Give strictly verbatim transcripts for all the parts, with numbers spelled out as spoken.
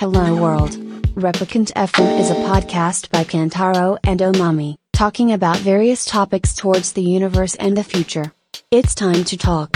Hello World. Replicant エフエム is a podcast by Kantaro and Omami, talking about various topics towards the universe and the future. It's time to talk.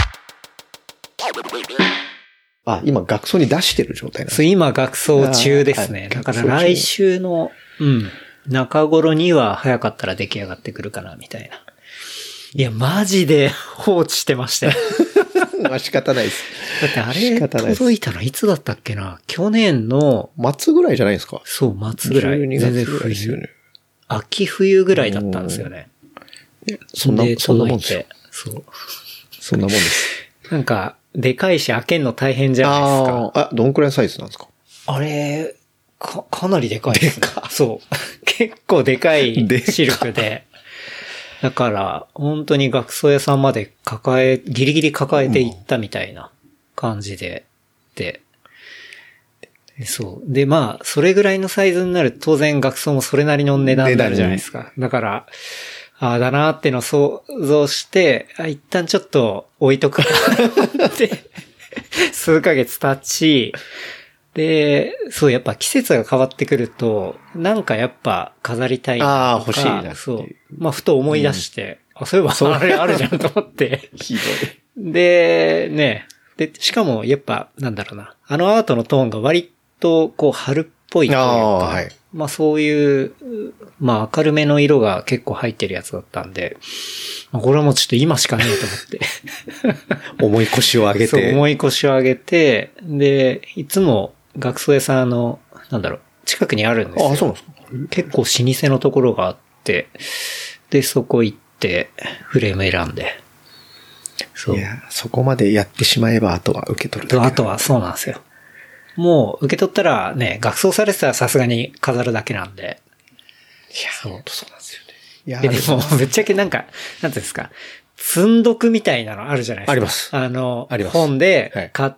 あ、今学装に出してる状態なんですそう、今学装中ですね。だから来週の、うん、中頃には早かったら出来上がってくるかな、みたいな。いや、マジで放置してましたよ。 まあ仕方ないです。 だってあれ、届いたのいつだったっけな？去年の末ぐらいじゃないですか？ そう、末ぐらい。 じゅうにがつぐらいですよね。 秋冬ぐらいだったんですよね。 そんな、そんなもんですよ。 そう。 そんなもんです。 なんか、でかいし開けんの大変じゃないですか。 ああ、どんくらいのサイズなんですか？ あれ、か、かなりでかいですね。 でか。 そう。結構でかいシルクで。だから、本当に学装屋さんまで抱え、ギリギリ抱えていったみたいな感じで、で、そう。で、まあ、それぐらいのサイズになると当然学装もそれなりの値段になるじゃないですか。だから、ああだなーってのを想像して、あ一旦ちょっと置いとくかって、数ヶ月経ち、で、そう、やっぱ季節が変わってくると、なんかやっぱ飾りたいなとか。 ああ、欲しいなっていう。 そう。まあ、ふと思い出して、うん、あ、そういえばあれあるじゃんと思って。 ひどい。で、ね。で、しかもやっぱ、なんだろうな。あのアートのトーンが割と、こう、春っぽいというか。あ、はい。まあ、そういう、まあ、明るめの色が結構入ってるやつだったんで、まあ、これはもうちょっと今しかねえと思って。 重い腰を上げて。 そう、重い腰を上げて、で、いつも、学装屋さんの、なんだろう、近くにあるんですよ。 ああ、そうなんですか。 結構老舗のところがあって、で、そこ行って、フレーム選んで。 そう。いや、そこまでやってしまえば、あとは受け取るだけ。 あとは、そうなんですよ。もう、受け取ったらね、学装されてたらさすがに飾るだけなんで。 いや、そう、そうなんですよね。いや、 でも、ぶっちゃけなんか、なんていうんですか、積んどくみたいなのあるじゃないですか。 あります。 あの、 あります。 本で買って、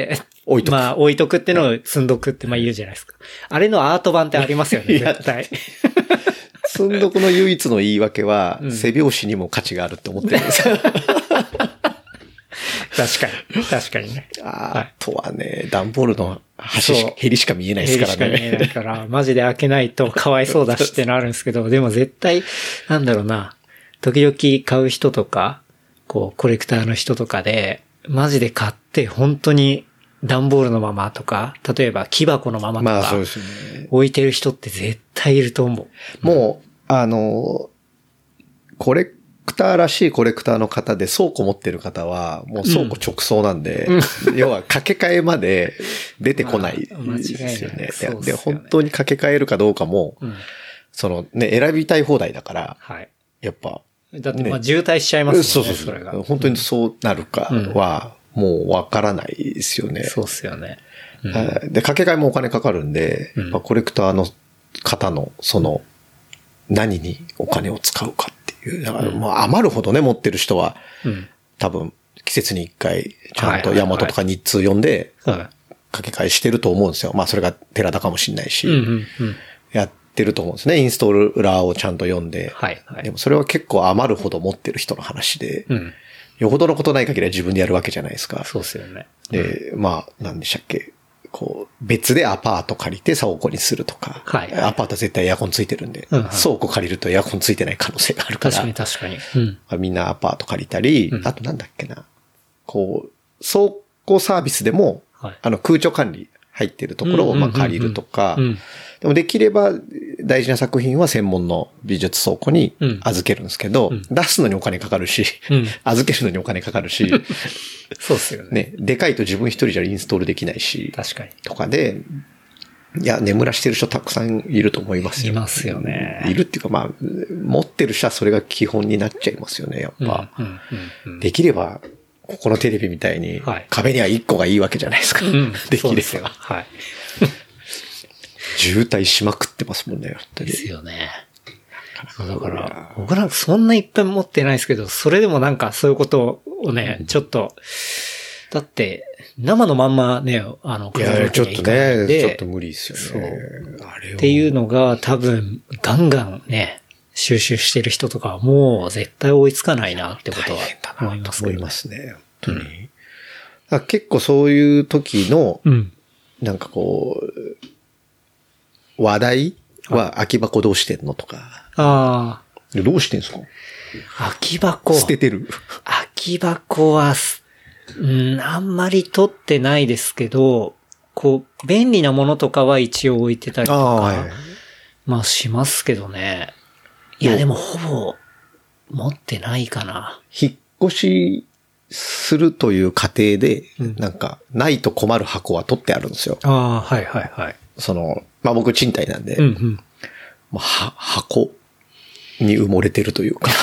はい置いとく。 まあ、置いとくってのを積んどくってまあ言うじゃないですか。あれのアート版ってありますよね、絶対。 積んどくの唯一の言い訳は、うん、背拍子にも価値があるって思ってるんですよ。確かに。確かにね。 あとはね、段ボールの端し、ヘリしか見えないですからね。 ヘリしか見えないから、マジで開けないとかわいそうだしってのあるんですけど、でも絶対、なんだろうな、時々買う人とか、こう、コレクターの人とかで、マジで買って、本当に、段ボールのままとか、例えば木箱のままとか、まあそうですね、置いてる人って絶対いると思う。 もう、あの、コレクターらしいコレクターの方で倉庫持ってる方は、もう倉庫直送なんで、うん、要は掛け替えまで出てこないですよね。まあ、で、本当に掛け替えるかどうかも、うん、そのね、選びたい放題だから、はい、やっぱ、 だってまあ渋滞しちゃいますもんね。 そうそうそう。それが本当にそうなるかは、もうわからないですよね。 そうっすよね。 うん、で、掛け替えもお金かかるんで、うん、やっぱコレクターの方の、その、何にお金を使うかっていう。だからもう余るほどね、持ってる人は、うん、多分、季節に一回、ちゃんとヤマトとか日通読んで、掛け替えしてると思うんですよ。まあ、それが寺田かもしれないし、うんうんうん、やってると思うんですね。インストーラーをちゃんと読んで。はいはい、でもそれは結構余るほど持ってる人の話で、うん、よほどのことない限りは自分でやるわけじゃないですか。 そうですよね。 で、うん、まあ、なんでしたっけ。こう、別でアパート借りて倉庫にするとか。はい、はい。アパートは絶対エアコンついてるんで、うん、倉庫借りるとエアコンついてない可能性があるから。 確かに確かに。 うん、みんなアパート借りたり、うん、あとなんだっけな。こう、倉庫サービスでも、はい、あの空調管理入ってるところをまあ借りるとか、でもできれば大事な作品は専門の美術倉庫に預けるんですけど、うん、出すのにお金かかるし、うん、預けるのにお金かかるし、 そうっすよね。 ね、でかいと自分一人じゃインストールできないし、 確かに。 とかで、いや、眠らしてる人たくさんいると思いますよ。 いますよね。 いるっていうか、まあ、持ってる人はそれが基本になっちゃいますよね、やっぱ。うんうんうんうん、できれば、ここのテレビみたいに、壁には一個がいいわけじゃないですか。はい、できれば。はい。渋滞しまくってますもんね、やっぱり。 ですよね。だから、僕なんかそんないっぱい持ってないですけど、それでもなんかそういうことをね、うん、ちょっと、だって、生のまんまね、あの、 いや、ちょっとね、ちょっと無理ですよね。 そう。あれっていうのが多分、ガンガンね、収集してる人とかはもう絶対追いつかないなってことは思いますけど、ね。 思いますね、本当に。うん、結構そういう時の、うん、なんかこう、 話題は空き箱どうしてんのとか。 ああ。どうしてんすか？ 空き箱。 捨ててる。 空き箱は、うん、あんまり取ってないですけど、こう、便利なものとかは一応置いてたりとか、はい、まあしますけどね。いやでもほぼ持ってないかな。 引っ越しするという過程で、うん、なんか、ないと困る箱は取ってあるんですよ。 ああ、はいはいはい。 その、まあ僕賃貸なんで、 うんうん、 まあ、は箱に埋もれてるというか。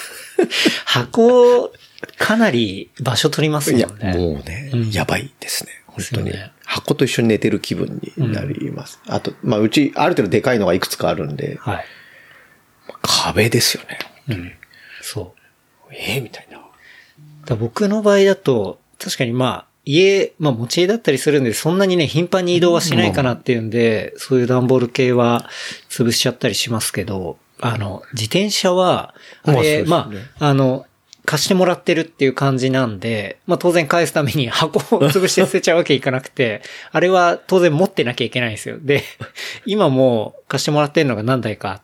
箱、かなり場所取りますもんね。 いや、もうね、うん、やばいですね。本当に、ね。箱と一緒に寝てる気分になります。うん、あと、まあうち、ある程度でかいのがいくつかあるんで、 はい、 壁ですよね。 うん、そう。 ええー、みたいな。 だ僕の場合だと、確かにまあ、家、まあ持ち家だったりするんで、そんなにね、頻繁に移動はしないかなっていうんで、うん、そういう段ボール系は潰しちゃったりしますけど、あの、自転車は、あれ、まあ、ね、まあ、あの、貸してもらってるっていう感じなんで、まあ当然返すために箱を潰して捨てちゃうわけいかなくて、あれは当然持ってなきゃいけないんですよ。で、今もう貸してもらってるのが何台かあって、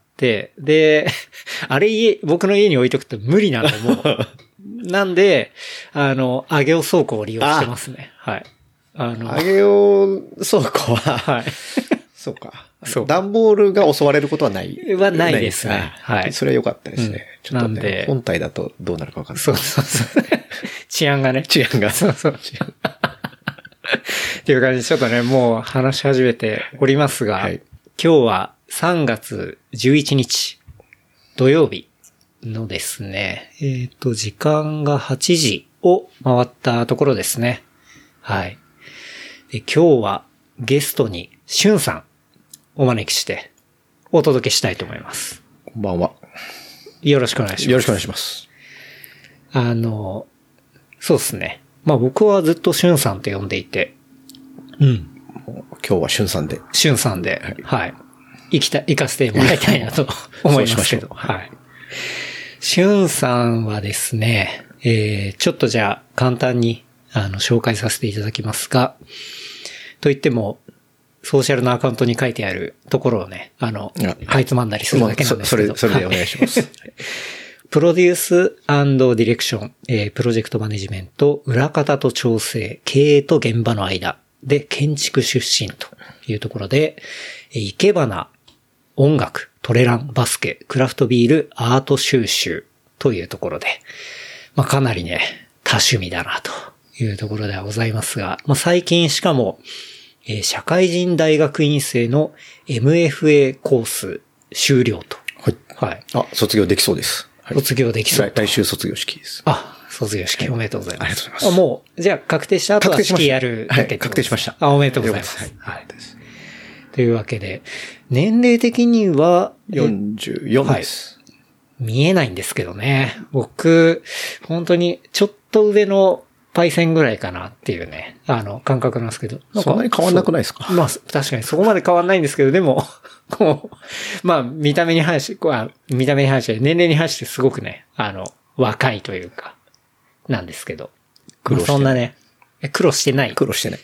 で、あれ家、僕の家に置いとくと無理なんで、もう。なんで、あの、上げお倉庫を利用してますね。はい。あの、 上げお倉庫は、はい。そうか。そう。段ボールが襲われることはない。 はないですね。ねはい。 それは良かったですね。うん、ちょっと、ね、 なんで。 本体だとどうなるか分かんない。 そうそうそう。治安がね。 治安が。 そうそう。治安っていう感じで、ちょっとね、もう話し始めておりますが、はい、今日はさんがつじゅういちにち、土曜日のですね、えっと、時間がはちじを回ったところですね。はい。で、今日はゲストにしゅんさんお招きしてお届けしたいと思います。 こんばんは。 よろしくお願いします。 よろしくお願いします。 あの、そうですね。まあ僕はずっとしゅんさんって呼んでいて。うん。 今日はしゅんさんで。 しゅんさんで。はい。はい、行きた、行かせてもらいたいなと思いますけど。はい。しゅんさんはですね、えー、ちょっとじゃあ簡単にあの紹介させていただきますが、といっても、ソーシャルのアカウントに書いてあるところをね、あの、かいつまんだりするだけなんですけど。 それ、それでお願いします。 プロデュース&ディレクション、えー、プロジェクトマネジメント、裏方と調整、経営と現場の間で建築出身というところで、生け花、音楽、トレラン、バスケ、クラフトビール、アート収集というところで、まあかなりね、多趣味だなというところではございますが、まあ最近しかも、えー、社会人大学院生の エムエフエー コース終了と。 はい。はい。あ、卒業できそうです。 はい、卒業できそう。 来週卒業式です。 あ、卒業式おめでとうございます。 ありがとうございます。 あ、もう、じゃあ確定した後は式やるだけ、 はい、確定しました。 あ、おめでとうございます。はい。はい、というわけで、年齢的には、 よんじゅうよんです、 はい。見えないんですけどね。僕、本当にちょっと上のパイセンぐらいかなっていうね、あの、感覚なんですけど。 なんかそんなに変わんなくないですか？ まあ、確かにそこまで変わんないんですけど、でも、こう、まあ、見た目に反して、こう見た目に反して、年齢に反してすごくね、あの、若いというか、なんですけど。苦労してない。そんなね、苦労してない。 苦労してない。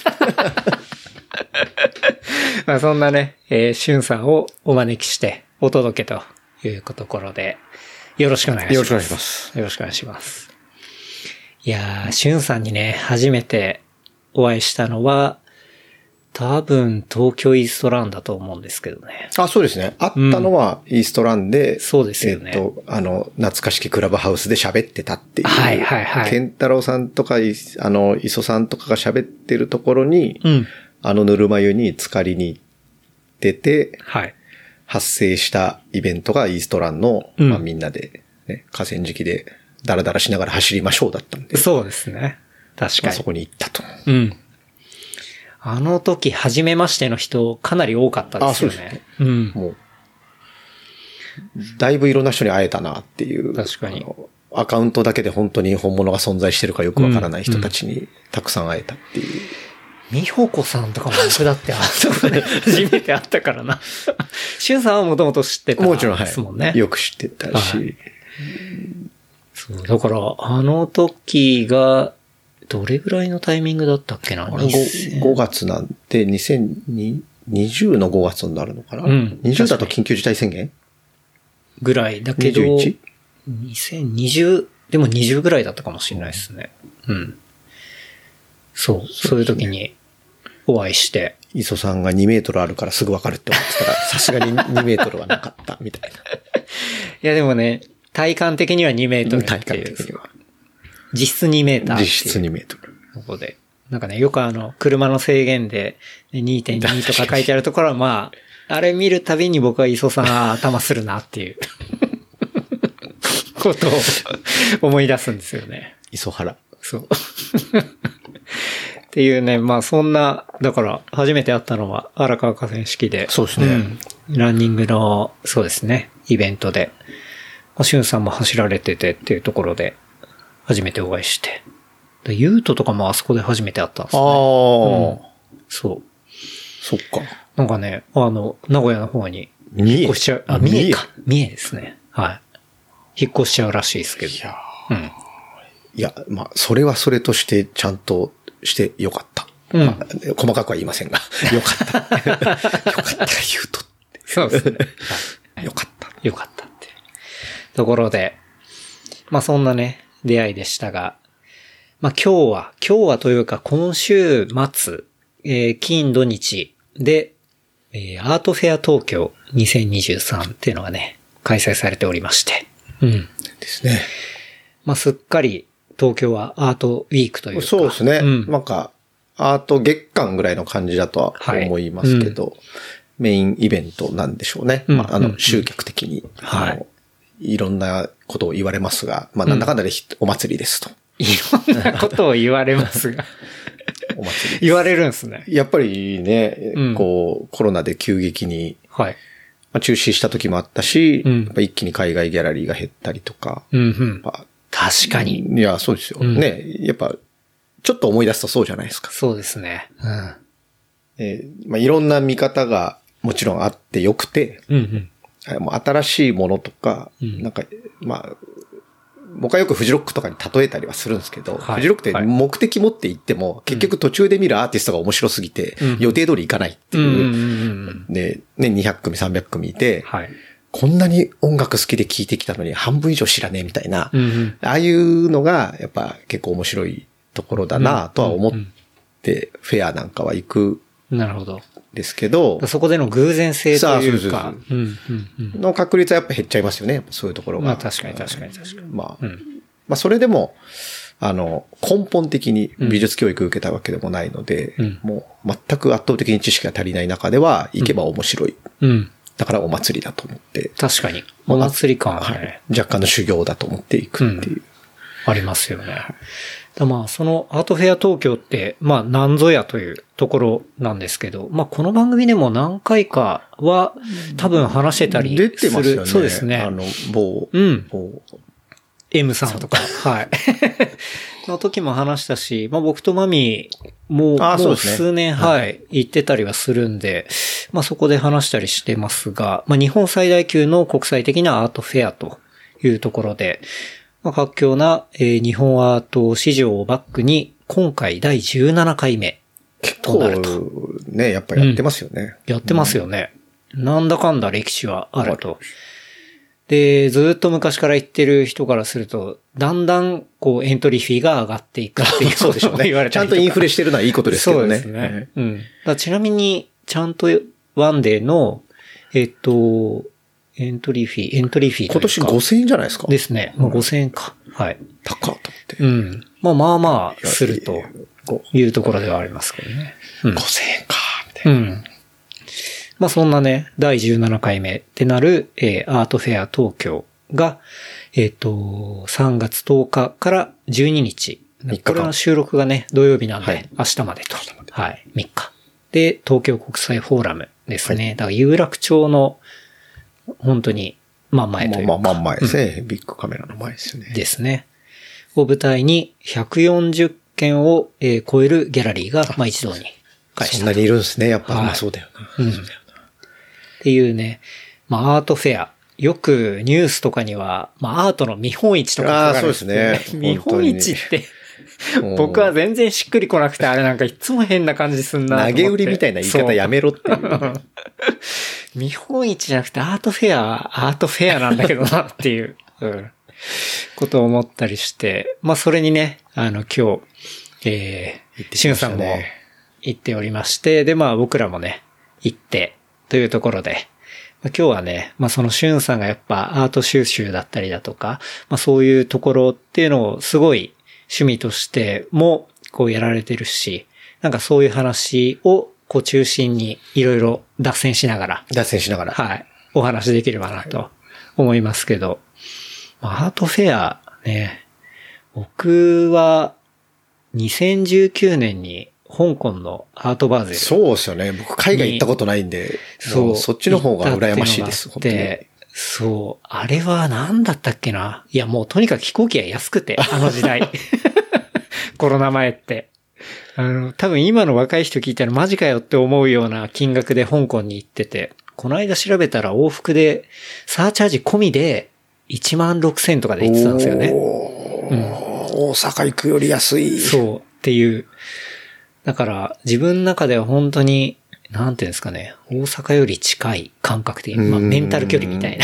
まあそんなね、えー、しゅんさんをお招きしてお届けというところで、よろしくお願いします。 よろしくお願いします。 よろしくお願いします。いやー、しゅんさんにね、初めてお会いしたのは、多分東京イーストランだと思うんですけどね。 あ、そうですね。会ったのはイーストランで、うん、 そうですよね。 えっと、あの、懐かしきクラブハウスで喋ってたっていう。 はいはいはい。 ケンタロウさんとか、あの、磯さんとかが喋ってるところに、 うん、 あのぬるま湯に浸かりに行ってて、 はい。 発生したイベントがイーストランの、うん、まあみんなで、ね、河川敷でダラダラしながら走りましょうだったんで。 そうですね。確かに。まあ、 そこに行ったと。 うん。あの時、初めましての人、かなり多かったですよね。あ、そうですね。うん。 もう、だいぶいろんな人に会えたなっていう。 確かに。 アカウントだけで本当に本物が存在してるかよくわからない人たちにたくさん会えたっていう。 みほこさんとかも僕だってあそこで初めて会ったからな。しゅんさんはもともと知ってたですもんね。 もちろん、はい。よく知ってたし。はい、 そう、だから、あの時が、どれぐらいのタイミングだったっけな？ あれ 5, 5月なんてにせんににじゅうのごがつになるのかな、 うん、 にじゅうだと緊急事態宣言ぐらいだけど、 にじゅういち? にせんにじゅう、でもにじゅうぐらいだったかもしれないですね。うん。そう、そういう時にお会いして。 磯さんがにメートルあるからすぐわかるって思ってたら、さすがににメートルはなかった、みたいな。いやでもね、体感的にはにメートルっていう。体感的には。実質にメーター。 実質にメートル。 ここで。なんかね、よくあの、車の制限で にてんに とか書いてあるところはまあ、あれ見るたびに僕は磯さんが頭するなっていうことを思い出すんですよね。 磯原。 そう。っていうね、まあそんな、だから初めて会ったのは荒川河川敷で。 そうですね、 うん。ランニングの、そうですね、イベントで。まあ、しゅんさんも走られててっていうところで、初めてお会いして。ユートとかもあそこで初めて会ったんですね。ああ、うん。そう。 そっか。 なんかね、あの、名古屋の方に引っ越しちゃう。あ、三重か。三重ですね。はい。引っ越しちゃうらしいですけど。いや、うん、 いや、まあ、それはそれとしてちゃんとしてよかった。うん、まあ、細かくは言いませんが、よかった。よかった、ユートって。 そうですね。 よかった。 よかったっていうところで、まあそんなね、出会いでしたが、まあ今日は、今日はというか今週末、えー、金土日で、えー、アートフェア東京にせんにじゅうさんっていうのがね、開催されておりまして。うん。 ですね。 まあすっかり東京はアートウィークというか。 そうですね。うん、なんか、アート月間ぐらいの感じだとは思いますけど、はいうん、メインイベントなんでしょうね。うん、まあ、あの、集客的に、うん、はい。いろんなことを言われますが、まあなんだかんだでお祭りですと。 いろんなことを言われますが。お祭り。言われるんですね。 やっぱりね、うん、こう、コロナで急激に、はい。まあ、中止した時もあったし、うん、やっぱ一気に海外ギャラリーが減ったりとか。 うんうんまあ、確かに。 いや、そうですよ。うん、ね。やっぱ、ちょっと思い出すとそうじゃないですか。 そうですね。うん。 えー、まあいろんな見方がもちろんあってよくて、うんうん、もう新しいものとか、うん、なんか、まあ、僕はよくフジロックとかに例えたりはするんですけど、はい、フジロックって目的持って行っても、はい、結局途中で見るアーティストが面白すぎて、うん、予定通り行かないっていう。うんうんうん、で、ね、にひゃくくみ、さんびゃくくみいて、はい、こんなに音楽好きで聴いてきたのに半分以上知らねえみたいな、うんうん、ああいうのがやっぱ結構面白いところだなとは思って、フェアなんかは行く。 なるほど。 ですけど。 そこでの偶然性というか。 の確率はやっぱ減っちゃいますよね。そういうところが。 まあ確かに確かに確かに。 まあ、うん、まあそれでも、あの、根本的に美術教育受けたわけでもないので、うん、もう全く圧倒的に知識が足りない中では行けば面白い。うん。だからお祭りだと思って。 確かに。お祭り感はね、 はい。若干の修行だと思っていくっていう。うん、 ありますよね。まあ、そのアートフェア東京って、まあ、なんぞやというところなんですけど、まあ、この番組でも何回かは多分話してたりする。 出てますよね。 そうですね。 あの、某、 うん。某 M さんとか、はい。の時も話したし、まあ、僕とマミも、もう数年、ね、はい、行ってたりはするんで、まあ、そこで話したりしてますが、まあ、日本最大級の国際的なアートフェアというところで、まあ、活況な、えー、日本アート市場をバックに、今回だいじゅうななかいめとなると。 結構ね、やっぱやってますよね。 うん、やってますよね、うん。なんだかんだ歴史はあると。で、ずっと昔から言ってる人からすると、だんだんこうエントリーフィーが上がっていくっていうそうでしょうね。 言われたりとか。 ちゃんとインフレしてるのはいいことですけどね。 そうですね。うん。だちなみに、ちゃんとワンデーの、えっと、エントリーフィー、エントリーフィー今年ごせんえんじゃないですか。 ですね。まあ、ごせんえんか。はい。 高っと思って。 うん。まあまあまあ、するというところではありますけどね。 うん、ごせんえんか、みたいな。うん。 まあそんなね、だいじゅうななかいめってなる、えー、アートフェア東京が、えっと、さんがつとおかからじゅうににち。これは収録がね、土曜日なんで、はい、明日までと。はい。みっか。で、東京国際フォーラムですね。はい、だから有楽町の、本当に、真ん前というか。 まあ、真ん前ですね、うん。ビッグカメラの前ですよね。 ですね。を舞台にひゃくよんじゅっけんを、えー、超えるギャラリーが、まあ一堂に会した。そんなにいるんですね、やっぱ。はい、まあそうだよな。うん。 っていうね、まあアートフェア。よくニュースとかには、まあアートの見本市とか書かれて、 ああ、そうですね。 見本市って僕は全然しっくりこなくて、あれなんかいつも変な感じすんなと思って。 投げ売りみたいな言い方やめろっていう。 見本市じゃなくてアートフェア、アートフェアなんだけどなっていう、うん、ことを思ったりして、まあそれにね、あの今日、えー、しゅんさんも行っておりまして、でまあ僕らもね、行って、というところで、まあ、今日はね、まあそのしゅんさんがやっぱアート収集だったりだとか、まあそういうところっていうのをすごい趣味としてもこうやられてるし、なんかそういう話をこう中心にいろいろ脱線しながら。 脱線しながら。 はい。お話できればなと思いますけど。はい、アートフェアね、僕はにせんじゅうきゅうねんに香港のアートバーゼル。 そうですよね。僕海外行ったことないんで、そう。そっちの方が羨ましいです、本当に。 そう。あれは何だったっけな。いやもうとにかく飛行機が安くて、あの時代。コロナ前って。あの、多分今の若い人聞いたらマジかよって思うような金額で香港に行ってて、この間調べたら往復でサーチャージ込みでいちまんろくせんとかで行ってたんですよね。うん、 大阪行くより安い。 そうっていう。だから自分の中では本当に、なんていうんですかね、大阪より近い感覚的に、まあメンタル距離みたいな。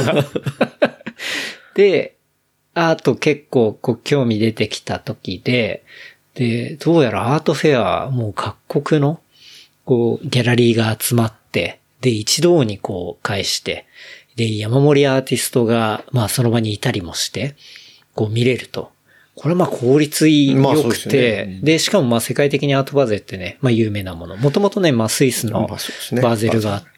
で、アート結構こう興味出てきた時で、で、どうやらアートフェア、もう各国の、こう、ギャラリーが集まって、で、一堂にこう返して、で、山盛りアーティストが、まあその場にいたりもして、こう見れると。これまあ効率良くて、まあそうですね、うん、で、しかもまあ世界的にアートバーゼルってね、まあ有名なもの。もともとね、まあスイスのバーゼルがあって、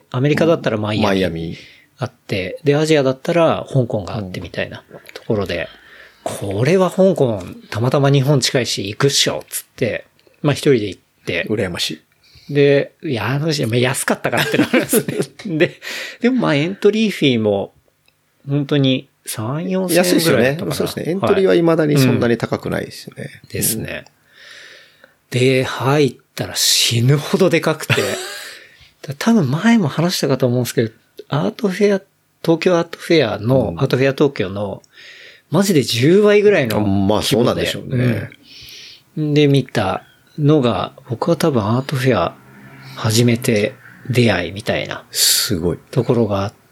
アメリカだったらマイアミ。マイアミ。あって、で、アジアだったら香港があってみたいなところで、これは香港、たまたま日本近いし行くっしょつって、まあ一人で行って。 羨ましい。で、いや、あの時、まあ、安かったからってなるんですね。で、でもまあエントリーフィーも、本当にさん、よんせん円ぐらいだったかな。 安いですよね。そうですね。エントリーは未だにそんなに高くないですよね。 うん、ですね。で、入ったら死ぬほどでかくて、多分前も話したかと思うんですけど、アートフェア、東京アートフェアの、うん、アートフェア東京の、マジでじゅうばいぐらいの規模で。 まあそうなんでしょうね。 うん、で、見たのが、僕は多分アートフェア初めて出会いみたいな。 すごい。 ところがあって、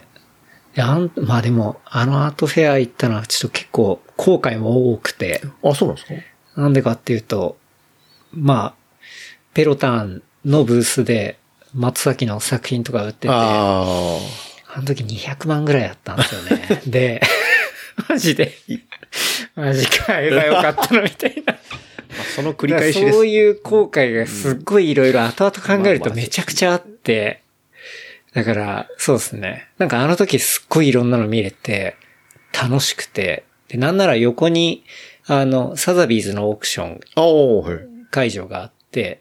あんまあでも、あのアートフェア行ったのはちょっと結構後悔も多くて。 あ、そうなんですか？ なんでかっていうと、まあ、ペロタンのブースで松崎の作品とか売ってて、あ, あの時にひゃくまんぐらいあったんですよね。で、マジで、マジか、買えばよかったのみたいな。 その繰り返しです。 そういう後悔がすっごいいろいろ後々考えるとめちゃくちゃあって、だから、そうですね。なんかあの時すっごいいろんなの見れて、楽しくて、で、なんなら横に、あの、サザビーズのオークション会場があって、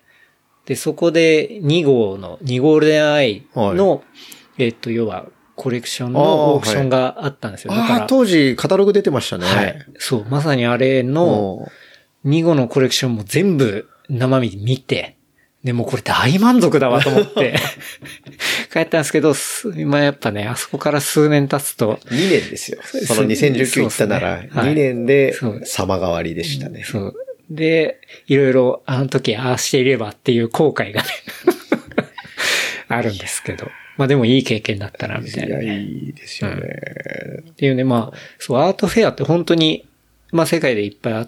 で、そこでに号の、にゴールデンアイの、はい、えっと、要は、コレクションのオークションがあったんですよ。だから、 あ、当時カタログ出てましたね。 はい。そう、まさにあれのに号のコレクションも全部生身で見て、でもこれ大満足だわと思って帰ったんですけど、今やっぱね、あそこから数年経つと。 にねんですよ。そのにせんじゅうきゅう行ったなら、にねんで様変わりでしたね。 そう。で、いろいろあの時ああしていればっていう後悔がね、あるんですけど。まあでもいい経験だったな、みたいな、ね。 いや、いいですよね、 うん。っていうね、まあ、そう、アートフェアって本当に、まあ世界でいっぱいあって、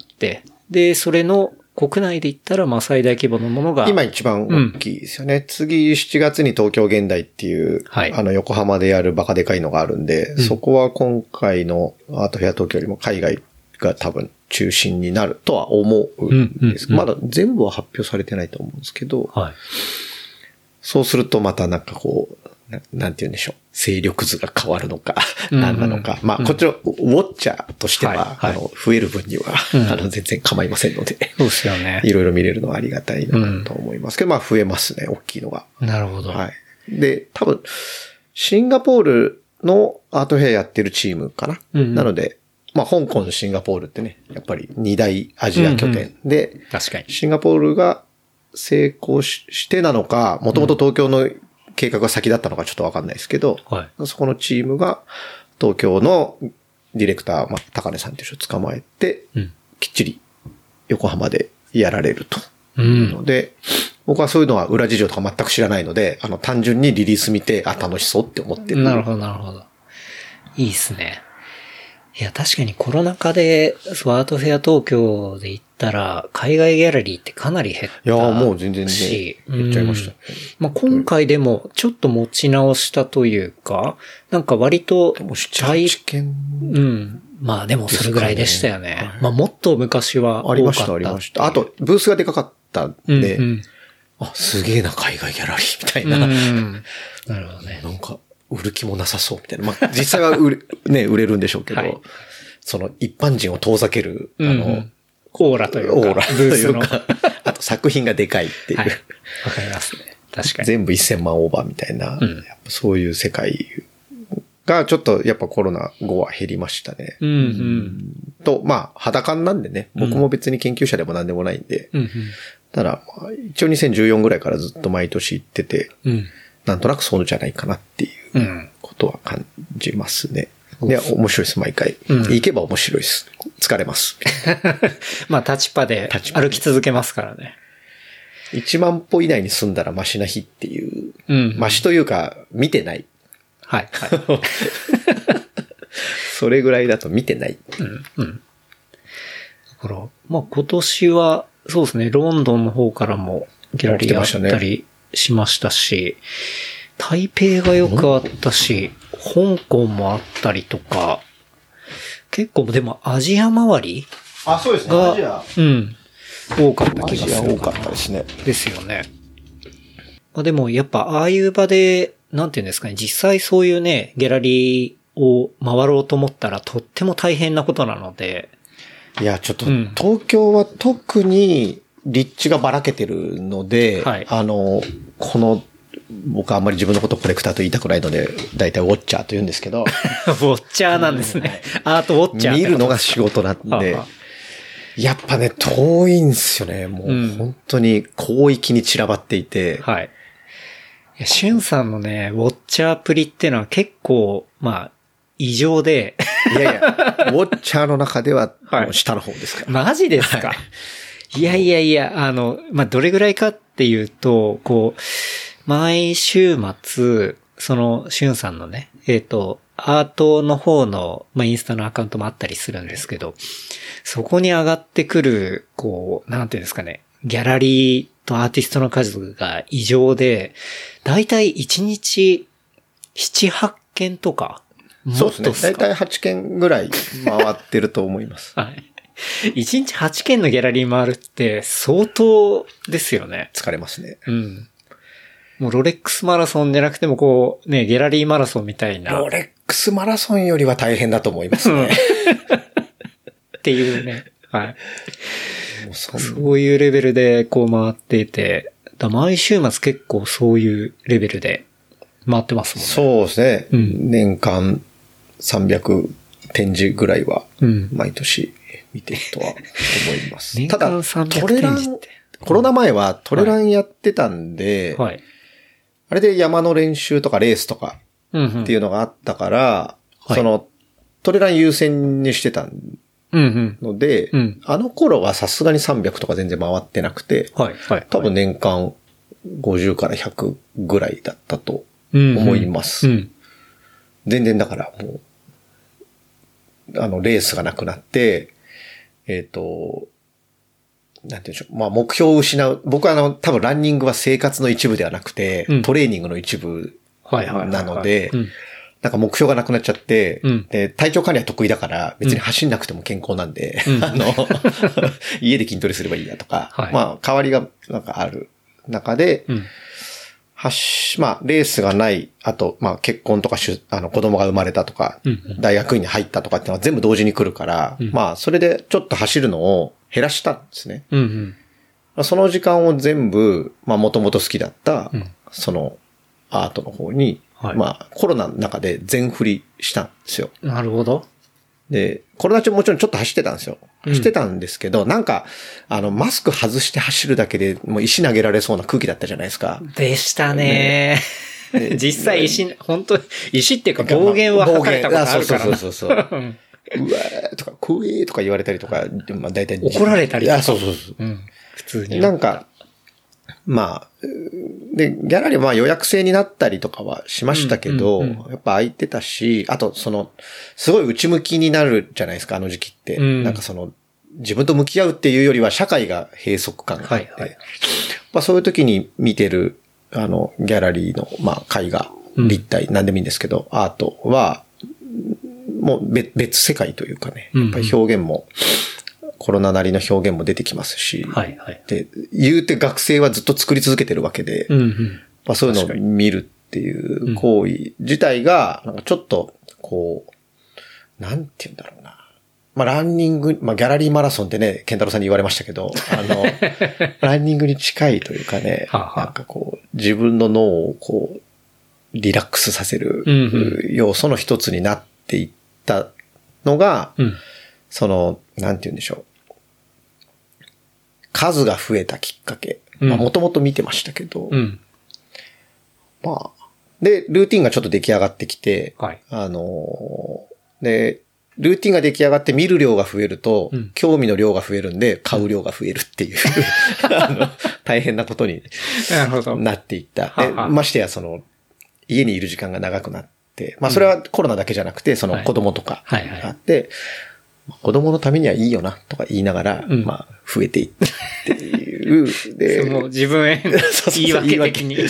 で、それの国内で言ったら、まあ最大規模のものが。 今一番大きいですよね。うん、次、しちがつに東京現代っていう、はい、あの、横浜でやるバカでかいのがあるんで、うん、そこは今回のアートフェア東京よりも海外が多分中心になるとは思うんです。うんうんうん、まだ全部は発表されてないと思うんですけど、はい、そうするとまたなんかこう、な, なんて言うんでしょう。勢力図が変わるのか、何なのか。うんうん、まあ、こっちのウォッチャーとしては、はいはい、あの、増える分には、うん、あの、全然構いませんので。 そうですよね。 いろいろ見れるのはありがたいなと思いますけど、うん、まあ、増えますね、大きいのが。 なるほど。 はい。で、多分、シンガポールのアートフェアやってるチームかな。うんうん、なので、まあ、香港とシンガポールってね、やっぱり二大アジア拠点で、うんうん、 確かに。 シンガポールが成功してなのか、もともと東京の計画が先だったのかちょっとわかんないですけど、はい、そこのチームが東京のディレクター、まあ、高根さんという人を捕まえて、うん、きっちり横浜でやられると。 うん。 ので、僕はそういうのは裏事情とか全く知らないので、あの、単純にリリース見て、あ、楽しそうって思ってる。 なるほど、なるほど。いいっすね。いや、確かにコロナ禍で、アートフェア東京で行ったら、海外ギャラリーってかなり減ったし。 いや、もう全然ね、減っちゃいましたね。 うん、まあ、今回でも、ちょっと持ち直したというか、なんか割と、 でも、大件。 うん。まあでもそれぐらいでしたよね。ねはい、まあもっと昔は多かった。 ありました、ありました。あと、ブースがでかかったんで、 うんうん、 あ、すげえな、海外ギャラリーみたいな。 うん、なるほどね。 なんか、売る気もなさそうみたいな。まあ、実際は売れ、ね、売れるんでしょうけど、はい、その一般人を遠ざける、あの、うんうん、 オーラというか、 オーラというか、あと作品がでかいっていう。わ、はい、 かりますね。確かに。 全部せんまんオーバーみたいな、うん、やっぱそういう世界がちょっとやっぱコロナ後は減りましたね。 うんうん、 と、まあ、肌感なんでね、僕も別に研究者でも何でもないんで、 うんうん、 ただ、まあ、一応にせんじゅうよんぐらいからずっと毎年行ってて、 うん、 なんとなくそうじゃないかなっていうことは感じますね。うん、で、面白いです、毎回。うん、行けば面白いです。疲れます。 まあ、立ちっぱで歩き続けますからね。 いちまん歩以内に住んだらマシな日っていう、うん、マシというか、見てない。 はい。はい、 それぐらいだと見てない。 うん。うん。だから、まあ今年は、そうですね、ロンドンの方からもギャラリーあったりしましたし、台北がよくあったし、香港もあったりとか、結構でもアジア周りあ、そうですね、アジア。 うん。多かった気がする。 アジア多かったですね。 ですよね。まあでもやっぱああいう場で、なんていうんですかね、実際そういうね、ギャラリーを回ろうと思ったらとっても大変なことなので。 いや、ちょっと、東京は特に立地がばらけてるので、はい、あの、この、僕はあんまり自分のことをコレクターと言いたくないので、だいたいウォッチャーと言うんですけど。 ウォッチャーなんですね。アートウォッチャー。 見るのが仕事なんで。やっぱね、遠いんですよね。もう本当に広域に散らばっていて。 うん、はい。いや、シュンさんのね、ウォッチャープリっていうのは結構、まあ、異常で。 いやいや、ウォッチャーの中では、下の方ですから。 はい、マジですか、はい、いやいやいや、あの、まあ、どれぐらいかっていうと、こう、毎週末、その、シュンさんのね、えっと、アートの方の、まあ、インスタのアカウントもあったりするんですけど、そこに上がってくる、こう、なんていうんですかね、ギャラリーとアーティストの数が異常で、だいたいいちにちなな、はちけんとか、 そうですね。だいたいはちけんぐらい回ってると思います。 はい。いちにちはちけんのギャラリー回るって相当ですよね。 疲れますね。 うん。もうロレックスマラソンじゃなくてもこう、ね、ギャラリーマラソンみたいな。 ロレックスマラソンよりは大変だと思いますね。 っていうね。はい。もうそそういうレベルでこう回っていて、だ毎週末結構そういうレベルで回ってますもんね。 そうですね。うん、年間さんびゃくてんじぐらいは毎年見てるとは思います。 うん、ただ、 トレラン、コロナ前はトレランやってたんで、はいはい、あれで山の練習とかレースとかっていうのがあったから、うんうん、そのトレラン優先にしてたので、 うんうん、 あの頃はさすがにさんびゃくとか全然回ってなくて、 はいはい、 多分年間ごじゅうからひゃくぐらいだったと思います。 うんうん、 全然だからもう、あの、レースがなくなって、えっと、なんていうんでしょう。まあ、目標を失う。僕はあの、多分ランニングは生活の一部ではなくて、うん、トレーニングの一部なので、なんか目標がなくなっちゃって、 うん、 で体調管理は得意だから別に走んなくても健康なんで、うん、あの、家で筋トレすればいいやとか、 はい、 まあ、代わりがなんかある中で、 うん、 はまあ、レースがない、あと、まあ、結婚とかしゅ、あの、子供が生まれたとか、 うんうん、 大学院に入ったとかっていうのは全部同時に来るから、 うん、 まあ、それでちょっと走るのを減らしたんですね。 うんうん、 その時間を全部、まあ、もともと好きだった、 うん、 その、アートの方に、 はい、 まあ、コロナの中で全振りしたんですよ。 なるほど。 で、コロナ中もちろんちょっと走ってたんですよ。走ってたんですけど、うん、なんか、あの、マスク外して走るだけでもう石投げられそうな空気だったじゃないですか。 でしたね。ね実際石、本当石っていうか暴言は吐かれたことあるから。 そうそうそうそう。 うわーとか、クエーとか言われたりとか、まあ大体。 怒られたりとか。 あ、そうそうそう。 うん。普通に。 なんか、まあ、で、ギャラリーはまあ予約制になったりとかはしましたけど、うんうんうん、やっぱ空いてたし、あとその、すごい内向きになるじゃないですか、あの時期って。うん、なんかその、自分と向き合うっていうよりは社会が閉塞感があって、はいはい、まあそういう時に見てる、あの、ギャラリーの、まあ絵画、立体、うん、何でもいいんですけど、アートは、もう別、別世界というかね、やっぱり表現も、うんうん、コロナなりの表現も出てきますし、 はいはい、 で、言うて学生はずっと作り続けてるわけで、 うんうん、 まあそういうのを見るっていう行為自体が、なんかちょっと、こう、なんて言うんだろうな。まあランニング、まあギャラリーマラソンってね、ケンタロウさんに言われましたけど、あの、ランニングに近いというかね、ははなんかこう、自分の脳をこう、リラックスさせる要素の一つになっていったのが、うん、その、なんて言うんでしょう。数が増えたきっかけ。まあもともと見てましたけど、うん、まあ、で、ルーティンがちょっと出来上がってきて、はい、あの、で、ルーティンが出来上がって見る量が増えると、うん、興味の量が増えるんで、買う量が増えるっていう、あの大変なことになっていった。ははましてや、その、家にいる時間が長くなって、まあそれはコロナだけじゃなくて、その子供とかがあって、はいはいはい子供のためにはいいよなとか言いながら、うん、まあ増えていったっていう。 でその自分への言い訳的に。はい、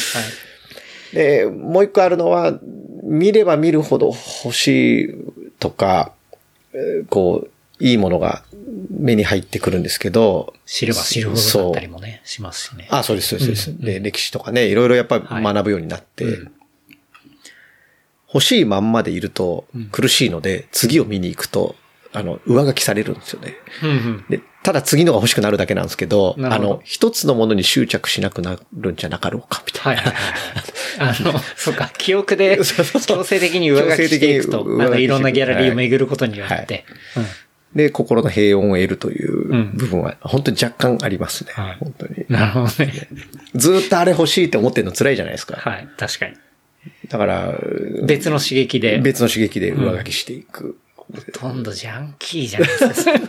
で、もう一個あるのは、見れば見るほど欲しいとか、こう、いいものが目に入ってくるんですけど。 知れば知るほどだったりもね、しますしね。 あ、そうです、そうです。うん、で、歴史とかね、いろいろやっぱり学ぶようになって、はいうん、欲しいまんまでいると苦しいので、うん、次を見に行くと、あの、上書きされるんですよね。うんうん、でただ次のが欲しくなるだけなんですけど、どあの、一つのものに執着しなくなるんじゃなかろうか、みたいな。はいはいはい、あの、 そうか、記憶で強制的に上書きしていくと、なんかいろんなギャラリーを巡ることによって。はいはいうん、で、心の平穏を得るという部分は、本当に若干ありますね。はい、本当に。 なるほどね。 ずーっとあれ欲しいって思ってるの辛いじゃないですか。 はい、確かに。 だから、 別の刺激で。 別の刺激で上書きしていく。うんほとんどジャンキーじゃないですか。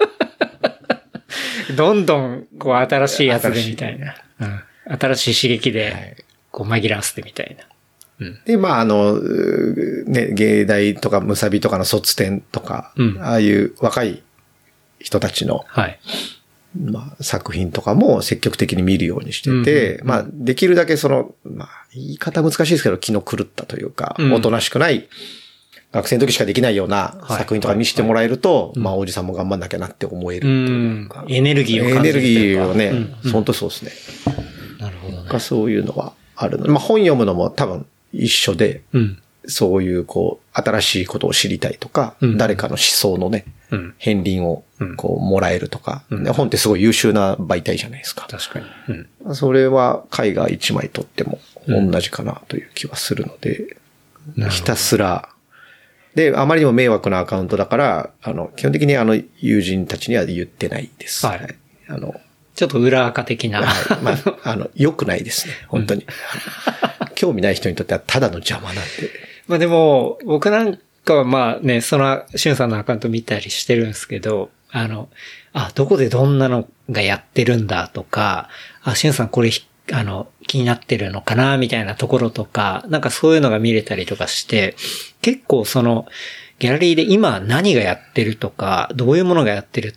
どんどん、こう、新しいやつでみたいな。うん、新しい刺激で、こう、紛らわせてみたいな。 うん、で、まあ、あの、ね、芸大とかムサビとかの卒展とか、うん、ああいう若い人たちの、はい、まあ、作品とかも積極的に見るようにしてて、うん、まあ、できるだけその、まあ、言い方難しいですけど、気の狂ったというか、うん、おとなしくない、学生の時しかできないような作品とか見せてもらえると、はいはいはい、まあ、おじさんも頑張んなきゃなって思えるっていうか。 エネルギーを感じる。 エネルギーをね、うん、本当そうですね。 なるほどね。 そういうのはあるので、まあ、本読むのも多分一緒で、うん、そういうこう、新しいことを知りたいとか、うん、誰かの思想のね、うん、片鱗をこう、もらえるとか、うん、本ってすごい優秀な媒体じゃないですか。 確かに。 うん、それは絵画一枚とっても同じかなという気はするので、うん、ひたすら、で、あまりにも迷惑なアカウントだから、あの、基本的にあの、友人たちには言ってないです。はい。はい、あの、 ちょっと裏垢的な。 はい。まあ、あの、良くないですね。本当に。うん、興味ない人にとってはただの邪魔なんで。 まあでも、僕なんかはまあね、その、しゅんさんのアカウント見たりしてるんですけど、あの、あ、どこでどんなのがやってるんだとか、あ、しゅんさんこれ、あの、気になってるのかなみたいなところとか、なんかそういうのが見れたりとかして、結構その、ギャラリーで今何がやってるとか、どういうものがやってるって、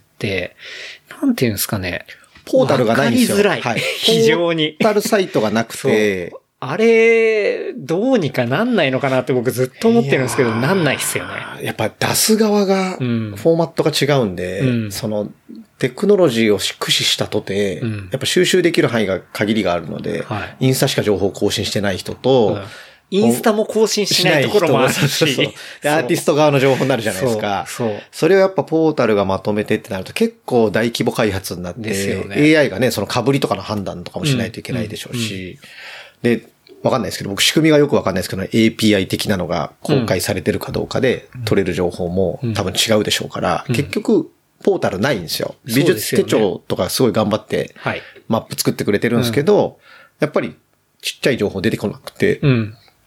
なんていうんですかね。 ポータルがないんですよ。 わかりづらい。はい、非常に。 ポータルサイトがなくて。 あれ、どうにかなんないのかなって僕ずっと思ってるんですけど、なんないっすよね。 やっぱ出す側が、フォーマットが違うんで、うん、その、テクノロジーを駆使したとて、うん、やっぱ収集できる範囲が限りがあるので、はい、インスタしか情報を更新してない人と、うんインスタも更新しないところもあるし。そうそうそうアーティスト側の情報になるじゃないですか。そう。そうそれをやっぱポータルがまとめてってなると結構大規模開発になって、ですよね、エーアイ がね、その被りとかの判断とかもしないといけないでしょうし、うんうん、で、わかんないですけど、僕仕組みがよくわかんないですけど、エーピーアイ 的なのが公開されてるかどうかで取れる情報も多分違うでしょうから、うんうん、結局、ポータルないんですよ。美術手帳とかすごい頑張って、マップ作ってくれてるんですけど、うん、やっぱりちっちゃい情報出てこなくて、うん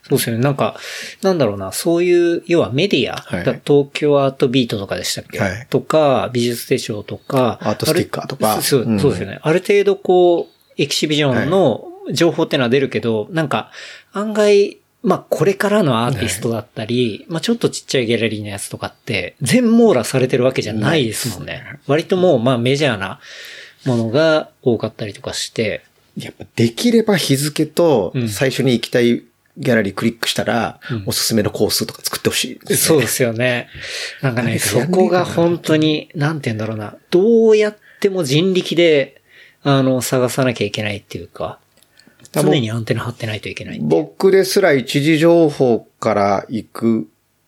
そうですよね。なんか、なんだろうな、そういう、要はメディア、はい、東京アートビートとかでしたっけ、はい、とか、美術手帳とか、 アートスティッカーとか。 そう、うん、そうですよね。ある程度こう、エキシビジョンの情報ってのは出るけど、はい、なんか、案外、まあ、これからのアーティストだったり、はい、まあ、ちょっとちっちゃいギャラリーのやつとかって、全網羅されてるわけじゃないですもんね。割ともう、まあ、メジャーなものが多かったりとかして。 やっぱできれば日付と最初に行きたいギャラリークリックしたら、うん、おすすめのコースとか作ってほしいですね。 そうですよね。なんかね、そこが本当に、なんて言うんだろうな。どうやっても人力で、あの、探さなきゃいけないっていうか、常にアンテナ張ってないといけない。 僕ですら一時情報から行く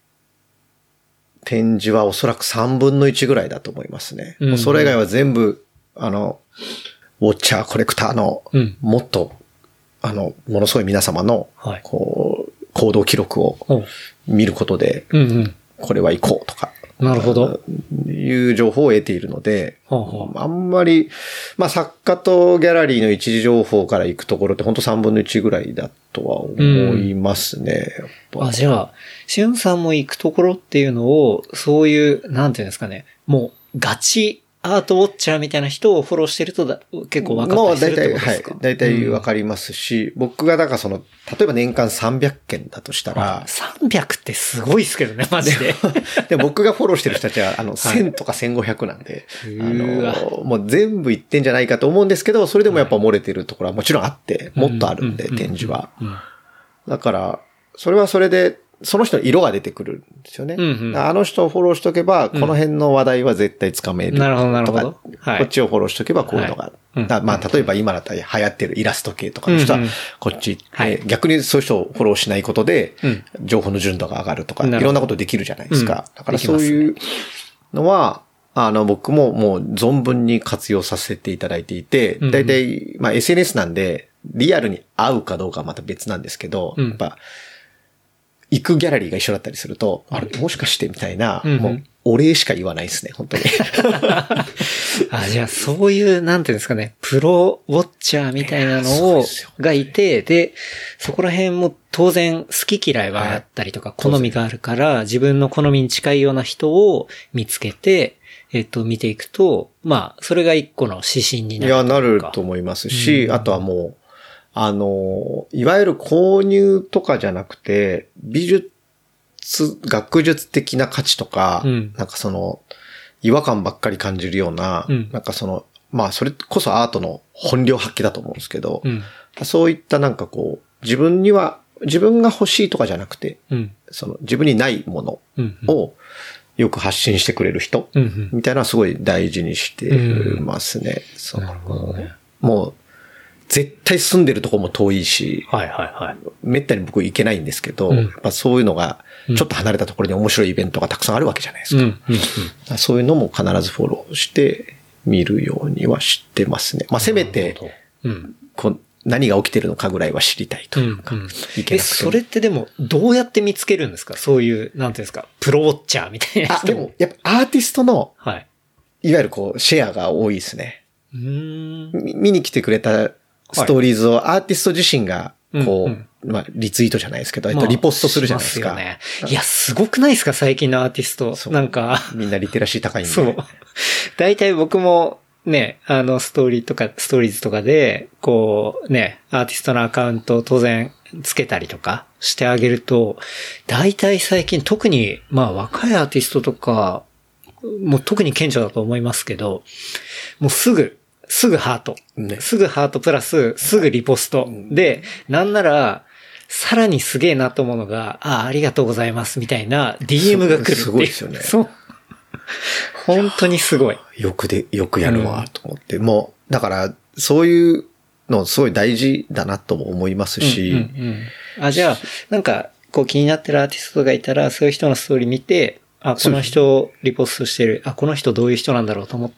展示はおそらくさんぶんのいちぐらいだと思いますね。うん、それ以外は全部、あの、ウォッチャー、コレクターの、もっと、うん、あの、ものすごい皆様の、はい、こう、行動記録を見ることで、うんうん、これは行こうとか、 なるほど。 いう情報を得ているので、はあはあ、あんまり、まあ作家とギャラリーの一時情報から行くところって本当さんぶんのいちぐらいだとは思いますね。 うん、あ、じゃあ、しゅんさんも行くところっていうのを、そういう、なんていうんですかね、もうガチ、アートウォッチャーみたいな人をフォローしてるとだ結構分かったりするってことですか？ もう大体、はい。大体分かりますし、うん、僕がだからその、例えば年間さんびゃっけんだとしたら。 さんびゃくってすごいですけどね、マジで。 で僕がフォローしてる人たちは、あの、せんとかせんごひゃくなんで、はい、あの、もう全部行ってんじゃないかと思うんですけど、それでもやっぱ漏れてるところはもちろんあって、もっとあるんで、展示は。だから、それはそれで、その人の色が出てくるんですよね。うんうん、あの人をフォローしとけば、この辺の話題は絶対つかめる。 なるほど、なるほど。 はい、こっちをフォローしとけばこういうのがある。はいだまあ、例えば今だったら流行ってるイラスト系とかの人は、こっち行って、うんうん、逆にそういう人をフォローしないことで、情報の純度が上がるとか、いろんなことできるじゃないですか。うん、だからそういうのは、あの、僕ももう存分に活用させていただいていて、だいたい、まあ エスエヌエス なんで、リアルに会うかどうかはまた別なんですけど、うん、やっぱ、行くギャラリーが一緒だったりすると、あれ、もしかしてみたいな、うんうん、もう、お礼しか言わないですね、本当に。 あ、じゃあ、そういう、なんていうんですかね、プロウォッチャーみたいなのを、がいて、で、そこら辺も当然好き嫌いはあったりとか、はい、好みがあるから、自分の好みに近いような人を見つけて、えっと、見ていくと、まあ、それが一個の指針になる。 いや、なると思いますし、うん、あとはもう、あの、いわゆる購入とかじゃなくて、美術、学術的な価値とか、うん、なんかその、違和感ばっかり感じるような、うん、なんかその、まあそれこそアートの本領発揮だと思うんですけど、うん、そういったなんかこう、自分には、自分が欲しいとかじゃなくて、うん、その自分にないものをよく発信してくれる人、うんうん、みたいなのはすごい大事にしてますね。うん、そのなるほどね。もう、絶対住んでるとこも遠いし、はいはいはい。めったに僕行けないんですけど、うん、やっぱそういうのが、ちょっと離れたところに面白いイベントがたくさんあるわけじゃないですか。うんうんうん、そういうのも必ずフォローして見るようにはしてますね。まあせめて、うん、こ何が起きてるのかぐらいは知りたいというか、うんうん、 いけなくても。え、それってでもどうやって見つけるんですか？そういう、なんていうんですか、プロウォッチャーみたいな人。 あ、でもやっぱアーティストの、はい、いわゆるこうシェアが多いですね。うーん見に来てくれたストーリーズをアーティスト自身が、こう、うんうん、まあ、リツイートじゃないですけど、まあ、リポストするじゃないですか。 ますよね。いや、すごくないですか最近のアーティスト。なんか。 みんなリテラシー高いんで。 そう。大体僕も、ね、あの、ストーリーとか、ストーリーズとかで、こう、ね、アーティストのアカウントを当然つけたりとかしてあげると、大体最近、特に、まあ、若いアーティストとか、もう特に顕著だと思いますけど、もうすぐ、すぐハート、ね。すぐハートプラス、すぐリポスト。うん、で、なんなら、さらにすげえなと思うのが、ああ、ありがとうございます、みたいな ディーエム が来るっていう。 すごいですよね。 そう。本当にすごい。 よくで、よくやるわ、と思って。うん、もう、だから、そういうのすごい大事だなとも思いますし。うんうんうん、あ、じゃあ、なんか、こう気になってるアーティストがいたら、そういう人のストーリー見て、あ、この人リポストしてる。あ、この人どういう人なんだろうと思って、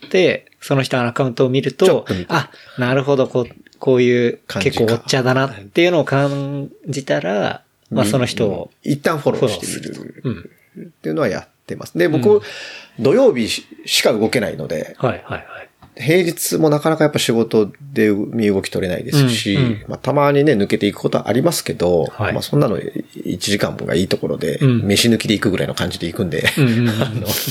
その人のアカウントを見ると、あ、なるほど、こう、こういう結構おっちゃだなっていうのを感じたら、まあその人を。 一旦フォローしてみる。うん。っていうのはやってます。で、僕、うん、土曜日しか動けないので、はいはいはい。 平日もなかなかやっぱ仕事で身動き取れないですし、うんうん、まあ、たまにね、抜けていくことはありますけど、はい、まあ、そんなのいちじかんがいいところで、うん、飯抜きで行くぐらいの感じで行くんで、うんうんうん、あ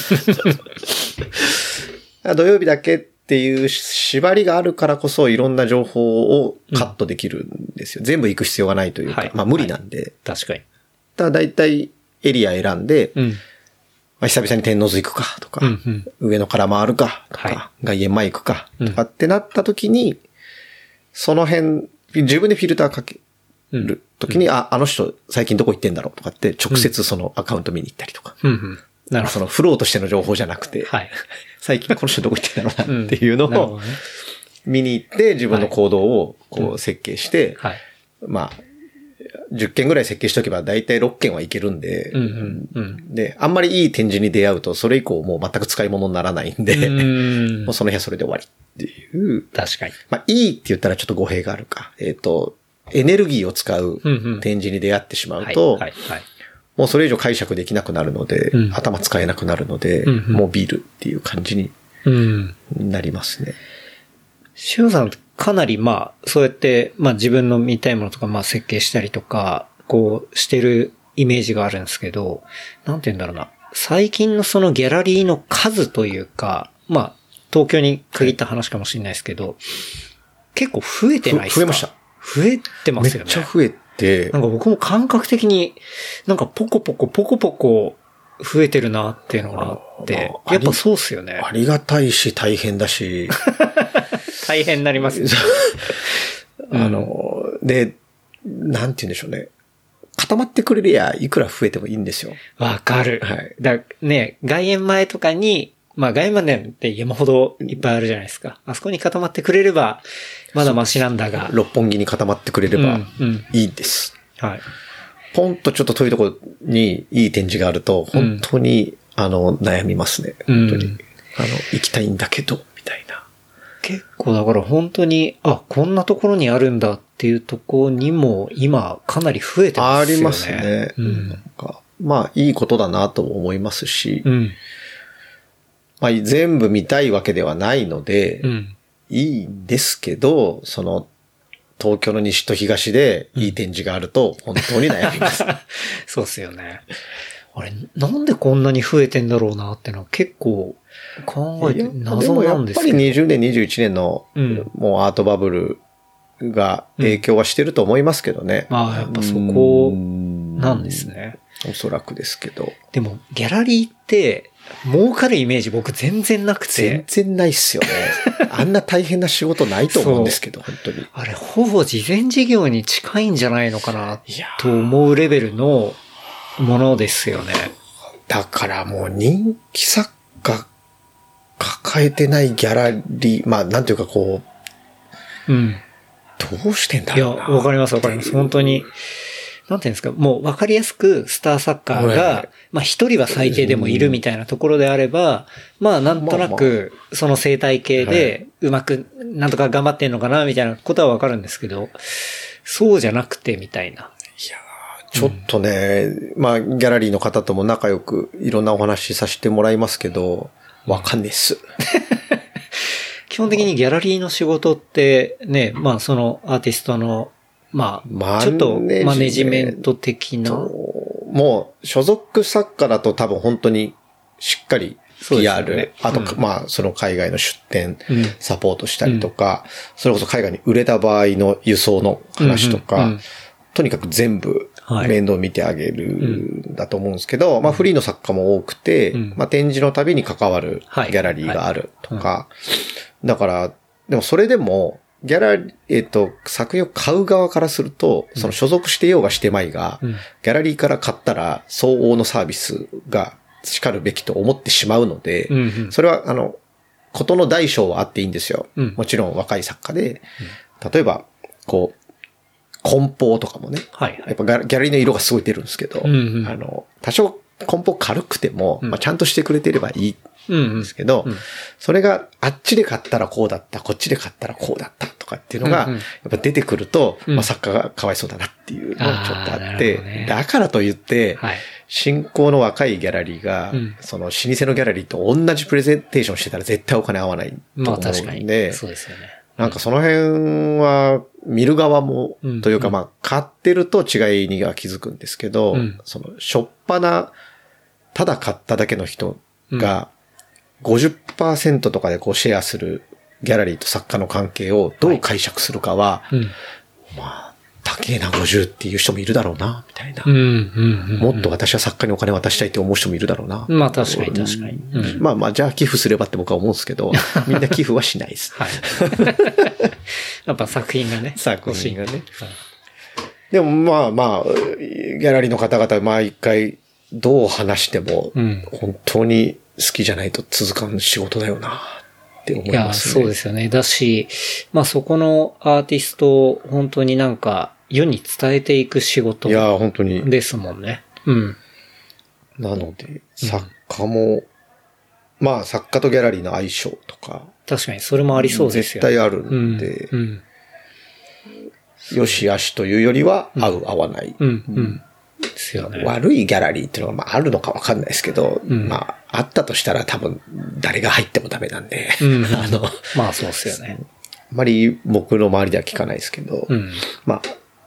の土曜日だけっていう縛りがあるからこそいろんな情報をカットできるんですよ。うん、全部行く必要がないというか、はい、まあ無理なんで。はい、 確かに。 ただ大体エリア選んで、うんまあ、久々に天王洲行くかとか、うんうん、上野から回るかとか、はい、外苑前行くかとかってなった時に、その辺、自分でフィルターかける時に、うん、あ、あの人最近どこ行ってんだろうとかって直接そのアカウント見に行ったりとか。うんうん、なるほど。そのフローとしての情報じゃなくて、はい、最近この人どこ行ってんだろうなっていうのを見に行って自分の行動をこう設計して、はい、まあ、じゅっけんぐらい設計しとけば大体ろっけんはいけるんで、うんうんうん、で、あんまりいい展示に出会うとそれ以降もう全く使い物にならないんで、うんもうその日はそれで終わりっていう。 確かに。 まあいいって言ったらちょっと語弊があるか。えっと、エネルギーを使う展示に出会ってしまうと、もうそれ以上解釈できなくなるので、うん、頭使えなくなるので、うんうん、もうビールっていう感じになりますね。 しおさんかなりまあ、そうやって、まあ自分の見たいものとかまあ設計したりとか、こうしてるイメージがあるんですけど、なんて言うんだろうな。最近のそのギャラリーの数というか、まあ、東京に限った話かもしれないですけど、結構増えてないですか？ 増えました。 増えてますよね。 めっちゃ増えて。 なんか僕も感覚的に、なんかポコポコポコポコ増えてるなっていうのがあって、やっぱそうっすよね。 ありがたいし大変だし。 大変になりますよね。 あの、で、なんて言うんでしょうね。固まってくれりゃいくら増えてもいいんですよ。 わかる。はい。だね、外苑前とかに、まあ外苑前って山ほどいっぱいあるじゃないですか。あそこに固まってくれれば、まだマシなんだが。 六本木に固まってくれればいいです。うんうん、はい。ポンとちょっと遠いところにいい展示があると、本当に、うん、あの、悩みますね。本当に。うん、あの、行きたいんだけど、みたいな。 結構だから本当に、あ、こんなところにあるんだっていうところにも今かなり増えてますよね。 ありますね。うん、なんかまあいいことだなと思いますし、うん、まあ全部見たいわけではないので、うん、いいんですけど、その東京の西と東でいい展示があると本当に悩みます。うん、 そうっすよね。あれ、なんでこんなに増えてんだろうなってのは結構考えて謎なんですけど。 やっぱりにじゅうねん、にじゅういちねんの、うん、もうアートバブルが影響はしてると思いますけどね。 うん、ああ、やっぱそこなんですね。 おそらくですけど。 でも、ギャラリーって儲かるイメージ僕全然なくて。 全然ないっすよね。あんな大変な仕事ないと思うんですけど、本当に。 あれ、ほぼ事前事業に近いんじゃないのかなと思うレベルのものですよね。 だからもう人気作家抱えてないギャラリー、まあなんていうかこう、うん。どうしてんだろうな。 いや、わかりますわかります。本当に。なんていうんですか、もうわかりやすくスター作家が、まあ一人は最低でもいるみたいなところであれば、まあなんとなくその生態系でうまくなんとか頑張ってんのかなみたいなことはわかるんですけど、そうじゃなくてみたいな。いやちょっとね、うん、まあギャラリーの方とも仲良くいろんなお話しさせてもらいますけど、わかんねえっす。 基本的にギャラリーの仕事ってね、まあそのアーティストのまあ、ちょっとマネジメント的な。 もう、所属作家だと多分本当にしっかり ピーアール、ね、あと、うん、まあ、その海外の出店、サポートしたりとか、うん、それこそ海外に売れた場合の輸送の話とか、うんうんうん、とにかく全部面倒見てあげるんだと思うんですけど、はい、まあ、フリーの作家も多くて、うん、まあ、展示のたびに関わるギャラリーがあるとか、はいはい、だから、でもそれでも、ギャラリー、えっと、作品を買う側からすると、その所属してようがしてまいが、うん、ギャラリーから買ったら相応のサービスが叱るべきと思ってしまうので、うんうん、それは、あの、ことの大小はあっていいんですよ。うん、もちろん若い作家で、うん、例えば、こう、梱包とかもね、はいはい、やっぱギャラリーの色がすごい出るんですけど、うんうん、あの、多少梱包軽くても、うんまあ、ちゃんとしてくれてればいい。んですけど、うんうん、それがあっちで買ったらこうだった、こっちで買ったらこうだったとかっていうのが、やっぱ出てくると、うん、まあ作家がかわいそうだなっていうのがちょっとあって、ね、だからと言って、はい、 新興の若いギャラリーが、うん、その老舗のギャラリーと同じプレゼンテーションしてたら絶対お金合わないと思うんで。まあ確かに。 そうですよね。 なんかその辺は、見る側も、うん、というかまあ、買ってると違いには気づくんですけど、うん、その、しょっぱな、ただ買っただけの人が、ごじゅっパーセント とかでこうシェアするギャラリーと作家の関係をどう解釈するかは、はいうん、まあ、高えなごじゅうっていう人もいるだろうな、みたいな、うんうんうんうん。もっと私は作家にお金渡したいって思う人もいるだろうな。 まあ確かに確かに。 うん、まあまあ、じゃあ寄付すればって僕は思うんですけど、みんな寄付はしないです。はい。 やっぱ作品がね。 作品がね。はい、でもまあまあ、ギャラリーの方々毎回どう話しても、本当に好きじゃないと続かん仕事だよな。って思いますね。 いや、そうですよね。だし、まあそこのアーティストを本当になんか世に伝えていく仕事。 いや、本当に。 ですもんね。うん。 なので、作家も、うん、まあ作家とギャラリーの相性とか。 確かにそれもありそうですよね。絶対あるんで、うんうん、よし悪しというよりは合う合わない。 うんうんうんですよね、 悪いギャラリーっていうのがまああるのかわかんないですけど、うん、まああったとしたら多分誰が入ってもダメなんで、うん、あのまあそうですよね。 あまり僕の周りでは聞かないですけど、うん、まあ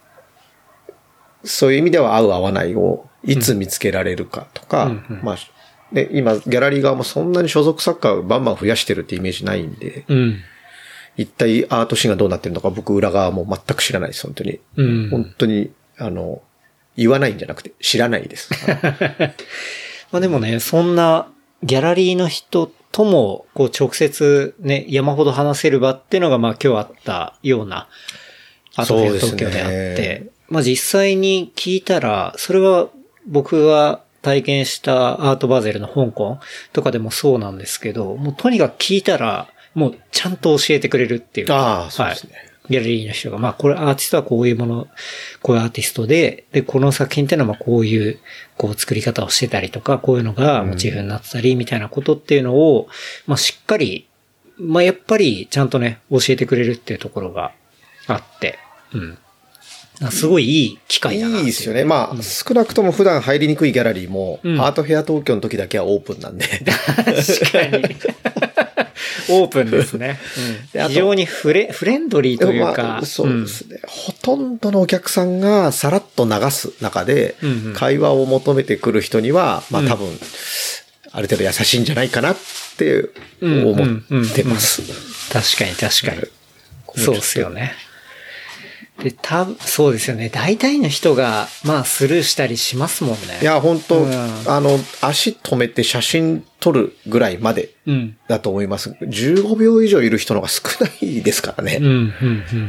そういう意味では合う合わないをいつ見つけられるかとか、うんうん、まあで今ギャラリー側もそんなに所属作家をバンバン増やしてるってイメージないんで、うん、一体アートシーンがどうなってるのか僕裏側も全く知らないです本当に、うん、本当にあの言わないんじゃなくて知らないです。 まあでもね、そんなギャラリーの人ともこう直接ね、山ほど話せる場っていうのがまあ今日あったようなアートフェア東京であって、まあ実際に聞いたら、それは僕が体験したアートバゼルの香港とかでもそうなんですけど、もうとにかく聞いたらもうちゃんと教えてくれるっていうか。 ああ、そうですね。 はいギャラリーの人が、まあこれアーティストはこういうもの、こういうアーティストで、で、この作品っていうのはまあこういう、こう作り方をしてたりとか、こういうのがモチーフになってたりみたいなことっていうのを、まあしっかり、まあやっぱりちゃんとね、教えてくれるっていうところがあって、うん。すごいいい機会だな。 いいですよね。まあ、うん、少なくとも普段入りにくいギャラリーも、うん、アートフェア東京の時だけはオープンなんで。 確かに。オープンですね。うん、非常にフレ、フレンドリーというか。 まあ、そうですね、うん。ほとんどのお客さんがさらっと流す中で、会話を求めてくる人には、まあ多分、ある程度優しいんじゃないかなって思ってます。 確かに確かに。そうですよね。で、たそうですよね。大体の人が、まあ、スルーしたりしますもんね。 いや、本当、うん、あの、足止めて写真撮るぐらいまでだと思います。うん、じゅうごびょう以上いる人の方が少ないですからね。 うん、うん、うん。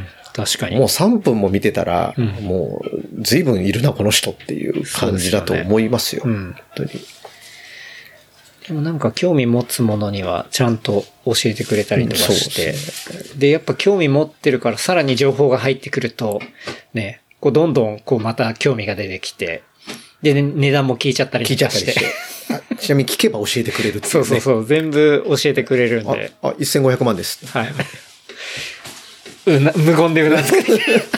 確かに。 もうさんぷんも見てたら、うん、もう、随分いるな、この人っていう感じだと思いますよ。うん、本当に。 でもなんか興味持つものにはちゃんと教えてくれたりとかして、うん、そうですね。で、やっぱ興味持ってるからさらに情報が入ってくると、ね、こうどんどんこうまた興味が出てきて、で、ね、値段も聞いちゃったりとかして。聞いちゃったりして。 ちなみに聞けば教えてくれるっていう、ね。 そうそうそう、全部教えてくれるんで。 あ、あせんごひゃくまんです。 はい。うな、無言でうなずく。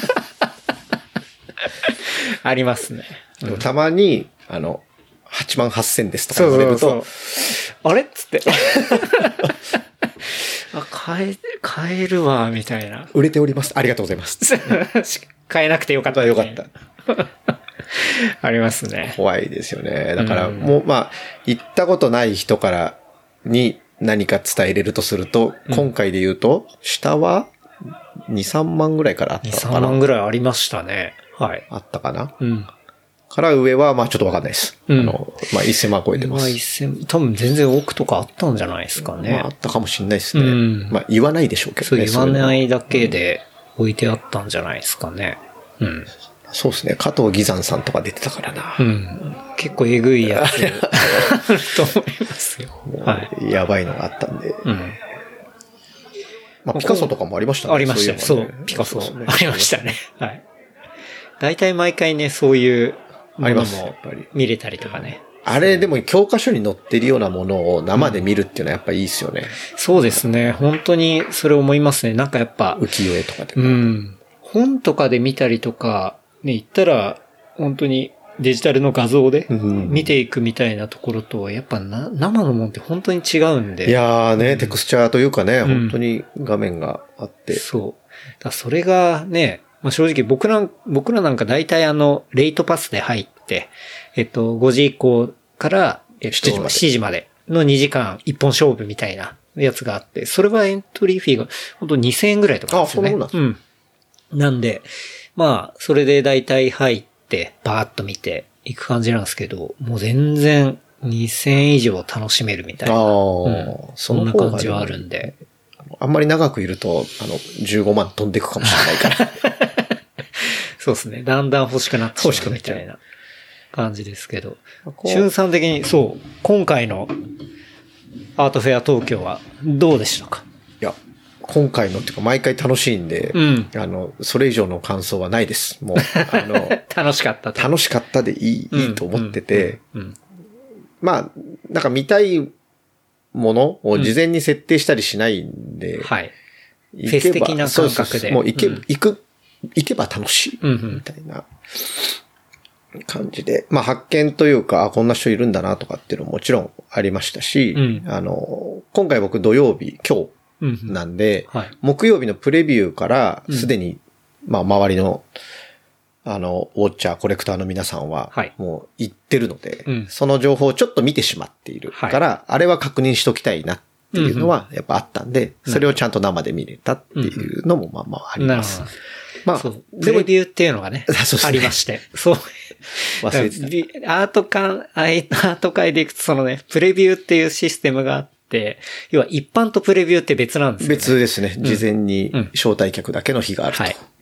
ありますね。 でもたまに、あの、はちまんはっせんですとか言われると、そうそうそうあれっつって。あ、買え、買えるわ、みたいな。 売れております。ありがとうございます。 買えなくてよかった。 よかった。 ありますね。 怖いですよね。だから、もう、まあ、行ったことない人からに何か伝えれるとすると、うん、今回で言うと、下はに、さんまんぐらいからあったのかな。 に、さんまんぐらいありましたね。はい。 あったかな。うん。から上は、まあちょっとわかんないです。うん、あの、まあせんまん超えてます。まあせん、多分全然奥とかあったんじゃないですかね。まああったかもしれないですね。うん、まあ言わないでしょうけどね。 そう言わないだけで置いてあったんじゃないですかね。うん。 そうですね。加藤義山さんとか出てたからな。 うん。結構えぐいやつあると思いますよ。 はい。やばいのがあったんで。うん。まあピカソとかもありましたね。 ありましたね。そう、ピカソありましたね。はい。大体毎回ね、そういうものも見れたりとかね。 あれでも教科書に載ってるようなものを生で見るっていうのはやっぱいいですよね。 うん、そうですね。本当にそれ思いますね。なんかやっぱ。 浮世絵とかで。 うん。本とかで見たりとか、ね、言ったら本当にデジタルの画像で見ていくみたいなところと、やっぱな生のもんって本当に違うんで。 いやーね、うん、テクスチャーというかね、うん、本当に画面があって。 そう。だそれがね、まあ、正直僕ら、僕らなんか大体あの、レイトパスで入って、えっと、ごじ以降から、えっと、しちじまで。しちじまでのにじかん一本勝負みたいなやつがあって、それはエントリーフィーが本当にせんえんぐらいとかですよね。あ、そうなんですね。うん。なんで、まあ、それで大体入って、バーッと見ていく感じなんですけど、もう全然にせんえん以上楽しめるみたいな。ああ、うん、そんな感じはあるんで。 あんまり長くいると、あの、じゅうごまん飛んでいくかもしれないから。 そうですね。だんだん欲しくなってしまうみたいな感じですけど。瞬さん的に、そう、今回のアートフェア東京はどうでしたか？ いや、今回のっていうか毎回楽しいんで、うん、あの、それ以上の感想はないです。もう、あの、 楽しかったと。 楽しかったでいい、いいと思ってて、うんうんうん、まあ、なんか見たいものを事前に設定したりしないんで、うん、はい。 フェス的な感覚で。 もう行け、うん、行く、行けば楽しい、みたいな感じで、まあ発見というか、あ、こんな人いるんだなとかっていうのももちろんありましたし、うん、あの、今回僕土曜日、今日なんで、うんはい、木曜日のプレビューからすでに、うん、まあ周りの、あの、ウォッチャー、コレクターの皆さんは、もう行ってるので、はい、その情報をちょっと見てしまっているから、はい、あれは確認しときたいなっていうのはやっぱあったんで、うん、それをちゃんと生で見れたっていうのもまあまああります。 まあ、そう。プレビューっていうのがね、ありまして。そう。忘れてた。アート館、アート界でいくとそのね、プレビューっていうシステムがあって、要は一般とプレビューって別なんですよね。 別ですね。事前に招待客だけの日があると。うんうん、はい。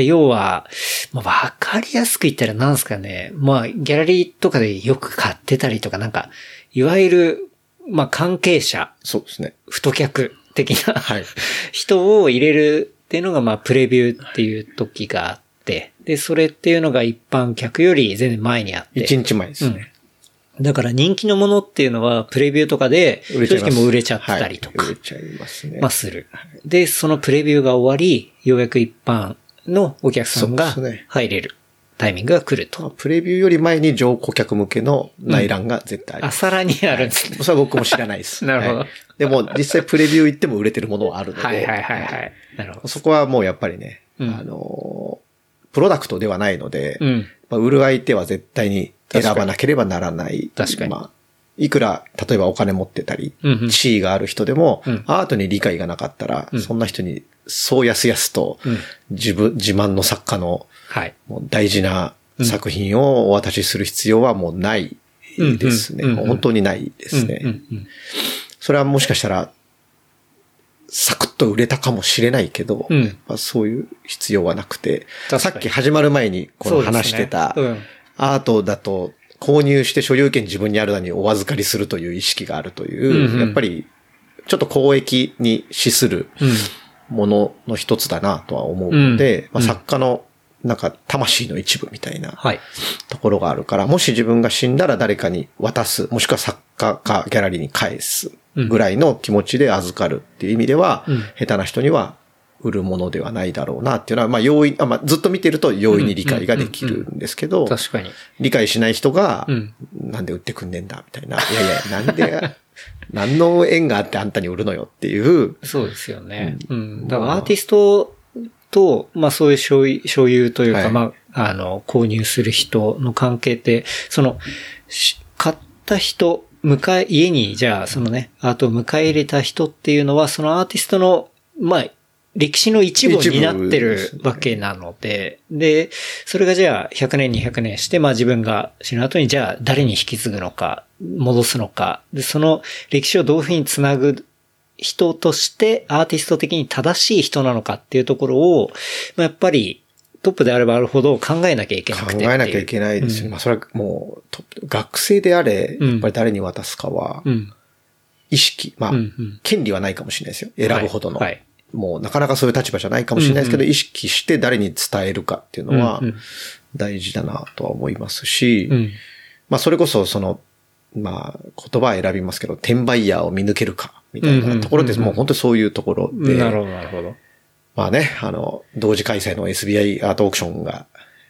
要は、まあ、わかりやすく言ったらなんですかね。まあ、ギャラリーとかでよく買ってたりとか、なんか、いわゆる、まあ、関係者。 そうですね。 太客的な、はい、人を入れるっていうのが、まあ、プレビューっていう時があって、で、それっていうのが一般客より全然前にあって。 一日前ですね。 うん、だから人気のものっていうのは、プレビューとかで、正直もう売れちゃったりとか。 はい、売れちゃいますね。 まあ、する。で、そのプレビューが終わり、ようやく一般のお客さんが入れるタイミングが来ると。 プレビューより前に上顧客向けの内覧が絶対あります。 うん、あ、さらにあるんですね。 それは僕も知らないです。 なるほど、はい。 でも実際プレビュー行っても売れてるものはあるので。 はいはいはいはい。なるほど。 そこはもうやっぱりね、うん、あの、プロダクトではないので、うんまあ、売る相手は絶対に選ばなければならない。 確かに。まあ、 いくら、例えばお金持ってたり、うんうん、地位がある人でも、うん、アートに理解がなかったら、うん、そんな人にそうやすやすと、自分、自慢の作家の、もう大事な作品をお渡しする必要はもうないですね。うんうん、本当にないですね、うんうんうん。それはもしかしたら、サクッと売れたかもしれないけど、うんまあ、そういう必要はなくて、さっき始まる前にこの話してた、ねうん、アートだと購入して所有権自分にあるのにお預かりするという意識があるという、うんうん、やっぱりちょっと公益に資するものの一つだなとは思うので、うんまあ、作家のなんか魂の一部みたいなところがあるから、はい、もし自分が死んだら誰かに渡す、もしくは作家かギャラリーに返すぐらいの気持ちで預かるっていう意味では、うん、下手な人には売るものではないだろうなっていうのは、まあ容易、あまあ、ずっと見てると容易に理解ができるんですけど、 確かに。 理解しない人が、うん、なんで売ってくんねんだみたいな。いやいや、なんで、何の縁があってあんたに売るのよっていう。 そうですよね。うん。だからアーティストと、まあそういう所有、所有というか、はい、まあ、あの、購入する人の関係って、その、買った人、迎え、家に、じゃあ、そのね、アートを迎え入れた人っていうのは、そのアーティストの、まあ、歴史の一部になってるわけなので、で、ね、それがじゃあ、ひゃくねん、にひゃくねんして、まあ自分が死ぬ後に、じゃあ、誰に引き継ぐのか、戻すのか、で、その歴史をどういうふうにつなぐ人として、アーティスト的に正しい人なのかっていうところを、まあ、やっぱり、トップであればあるほど考えなきゃいけなくて。 考えなきゃいけないですよね。うん、まあそれはもう、学生であれ、やっぱり誰に渡すかは、意識、まあ、うんうん、権利はないかもしれないですよ。選ぶほどの。はいはい、もうなかなかそういう立場じゃないかもしれないですけど、うんうん、意識して誰に伝えるかっていうのは大事だなとは思いますし、うん、まあそれこそその、まあ言葉は選びますけど、転売ヤーを見抜けるかみたいなところってもう本当にそういうところで。 なるほど、なるほど。 まあね、あの、同時開催の エスビーアイ アートオークションが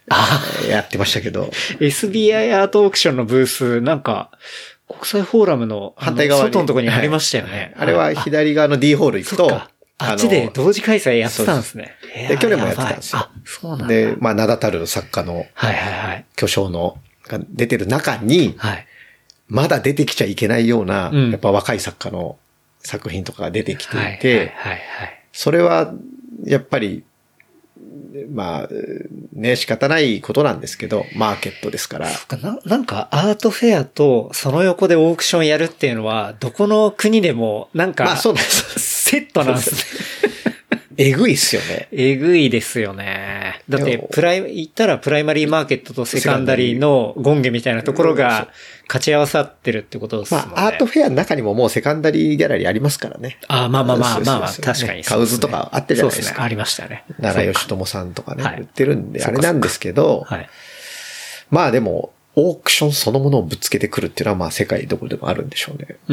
やってましたけど。 エスビーアイ アートオークションのブース、なんか、国際フォーラムの反対側に外のところにありましたよね。はい、 あれは左側の D ホール行くと、 あ, あっちで同時開催やってたんですね。 で、去年もやってたんですよ。 あ、そうなんだ。 で、まあ、名だたる作家の、 はいはいはい。 巨匠の、が出てる中に、はい、まだ出てきちゃいけないような、うん、やっぱ若い作家の作品とかが出てきていて、はいはいはいはい、それは、やっぱり、まあ、ね、仕方ないことなんですけど、マーケットですから。 そっかな、なんかアートフェアとその横でオークションやるっていうのは、どこの国でもなんか、 まあそうです。 セットなんですね。 えぐいっすよね。 えぐいですよね。だって、プライ、言ったらプライマリーマーケットとセカンダリーのゴンゲみたいなところが勝ち合わさってるってことですもんね。 まあ、アートフェアの中にももうセカンダリーギャラリーありますからね。 ああ、まあまあまあまあまあ、確かにそうですね。 カウズとかあってるじゃないですか。そうですね。 ありましたね。 奈良義友さんとかね、売ってるんで、あれなんですけど、はい、まあでも、オークションそのものをぶつけてくるっていうのはまあ世界どこでもあるんでしょうね。 うん。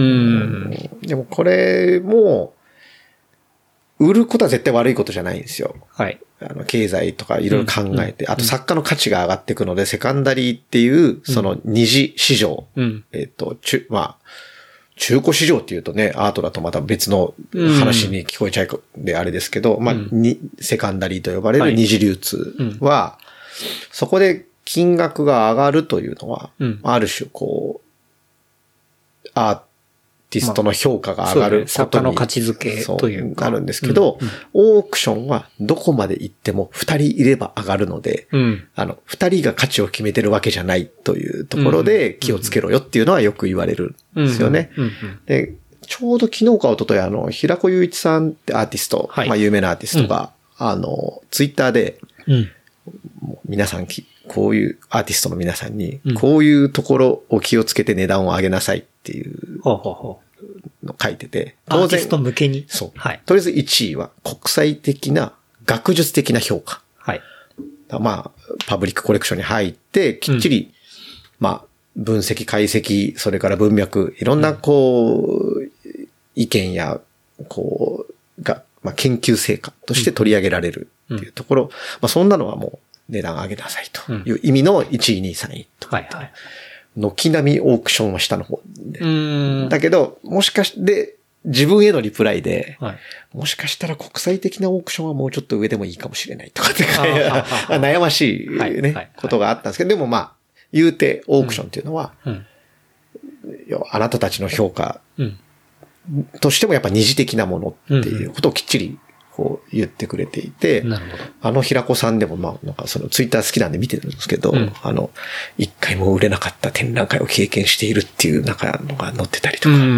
でもこれも、売ることは絶対悪いことじゃないんですよ。はい。あの、経済とかいろいろ考えて、うん、あと作家の価値が上がっていくので、セカンダリーっていう、その二次市場、うん、えっと、中、まあ、中古市場っていうとね、アートだとまた別の話に聞こえちゃうであれですけど、うん、まあ、に、セカンダリーと呼ばれる二次流通は、はい、そこで金額が上がるというのは、うん、ある種こう、アーティストの評価が上がることに、まあ、 作家の価値づけというか。 なるんですけど、うんうん、オークションはどこまで行っても二人いれば上がるので、うん、あの、二人が価値を決めてるわけじゃないというところで気をつけろよっていうのはよく言われるんですよね。うんうんうん、で、ちょうど昨日か一昨日あの、平子雄一さんってアーティスト、はい、まあ有名なアーティストが、うん、あの、ツイッターで、うん、もう皆さんき、こういうアーティストの皆さんに、こういうところを気をつけて値段を上げなさいっていう、 ほうほうほうの書いてて、 当然。アーティスト向けに。 そう。はい。とりあえずいちいは国際的な学術的な評価。はい。まあ、パブリックコレクションに入って、きっちり、うん、まあ、分析、解析、それから文脈、いろんなこう、うん、意見や、こう、が、まあ、研究成果として取り上げられるっていうところ、うん、まあ、そんなのはもう値段上げなさいという意味のいちい、にい、さんいとか。はいはい。軒並みオークションは下の方で。うんだけど、もしかして、自分へのリプライで、はい、もしかしたら国際的なオークションはもうちょっと上でもいいかもしれないとかって悩ましいね、はいはいはい、ことがあったんですけど、でもまあ、言うてオークションっていうのは、うんうん、あなたたちの評価としてもやっぱ二次的なものっていうことをきっちりこう言ってくれていて、なるほど。あの平子さんでもまあなんかそのツイッター好きなんで見てるんですけど、うん、あの一回も売れなかった展覧会を経験しているっていうなんかのが載ってたりとか、うん、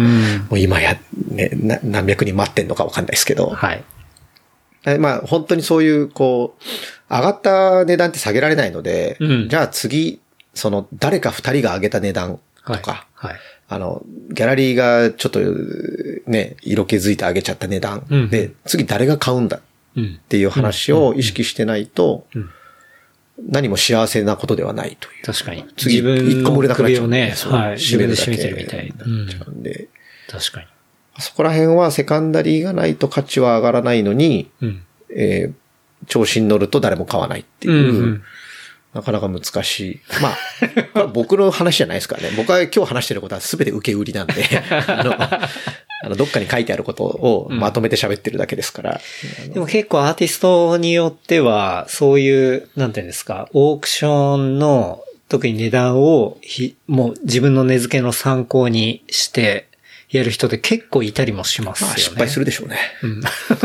もう今やねな何百人待ってんのかわかんないですけど、はい。まあ本当にそういうこう上がった値段って下げられないので、うん、じゃあ次その誰か二人が上げた値段とか。はいはいあの、ギャラリーがちょっとね、色気づいて上げちゃった値段で、うん、次誰が買うんだっていう話を意識してないと、何も幸せなことではないという。 確かに。 次、一個も売れなくなっちゃう。 ね、はい。自分で締めてるみたいになっちゃうんで。 うん、確かに。 そこら辺はセカンダリーがないと価値は上がらないのに、うんえー、調子に乗ると誰も買わないっていう。うんうんなかなか難しい。まあ、まあ、僕の話じゃないですからね。僕は今日話してることは全て受け売りなんで、あの、あのどっかに書いてあることをまとめて喋ってるだけですから。 うん、でも結構アーティストによっては、そういう、なんていうんですか、オークションの特に値段をひ、もう自分の値付けの参考にしてやる人って結構いたりもしますよね。まあ失敗するでしょうね。うん、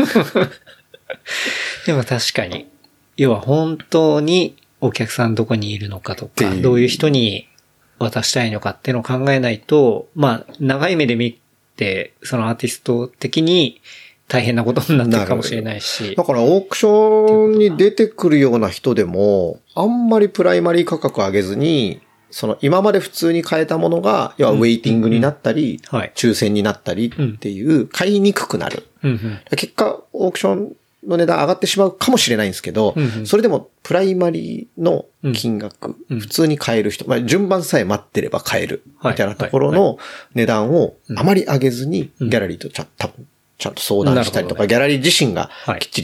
でも確かに、要は本当に、お客さんどこにいるのかとか、どういう人に渡したいのかっていうのを考えないと、まあ、長い目で見て、そのアーティスト的に大変なことになってるかもしれないし。 だからオークションに出てくるような人でも、あんまりプライマリー価格上げずに、その今まで普通に買えたものが、要はウェイティングになったり、うんうんはい、抽選になったりっていう、買いにくくなる。うんうん、結果、オークション、の値段上がってしまうかもしれないんですけど、うんうん、それでもプライマリーの金額、うん、普通に買える人、まあ、順番さえ待ってれば買えるみたいなところの値段をあまり上げずにギャラリーとちゃ多分ちゃんと相談したりとか、ギャラリー自身がきっちり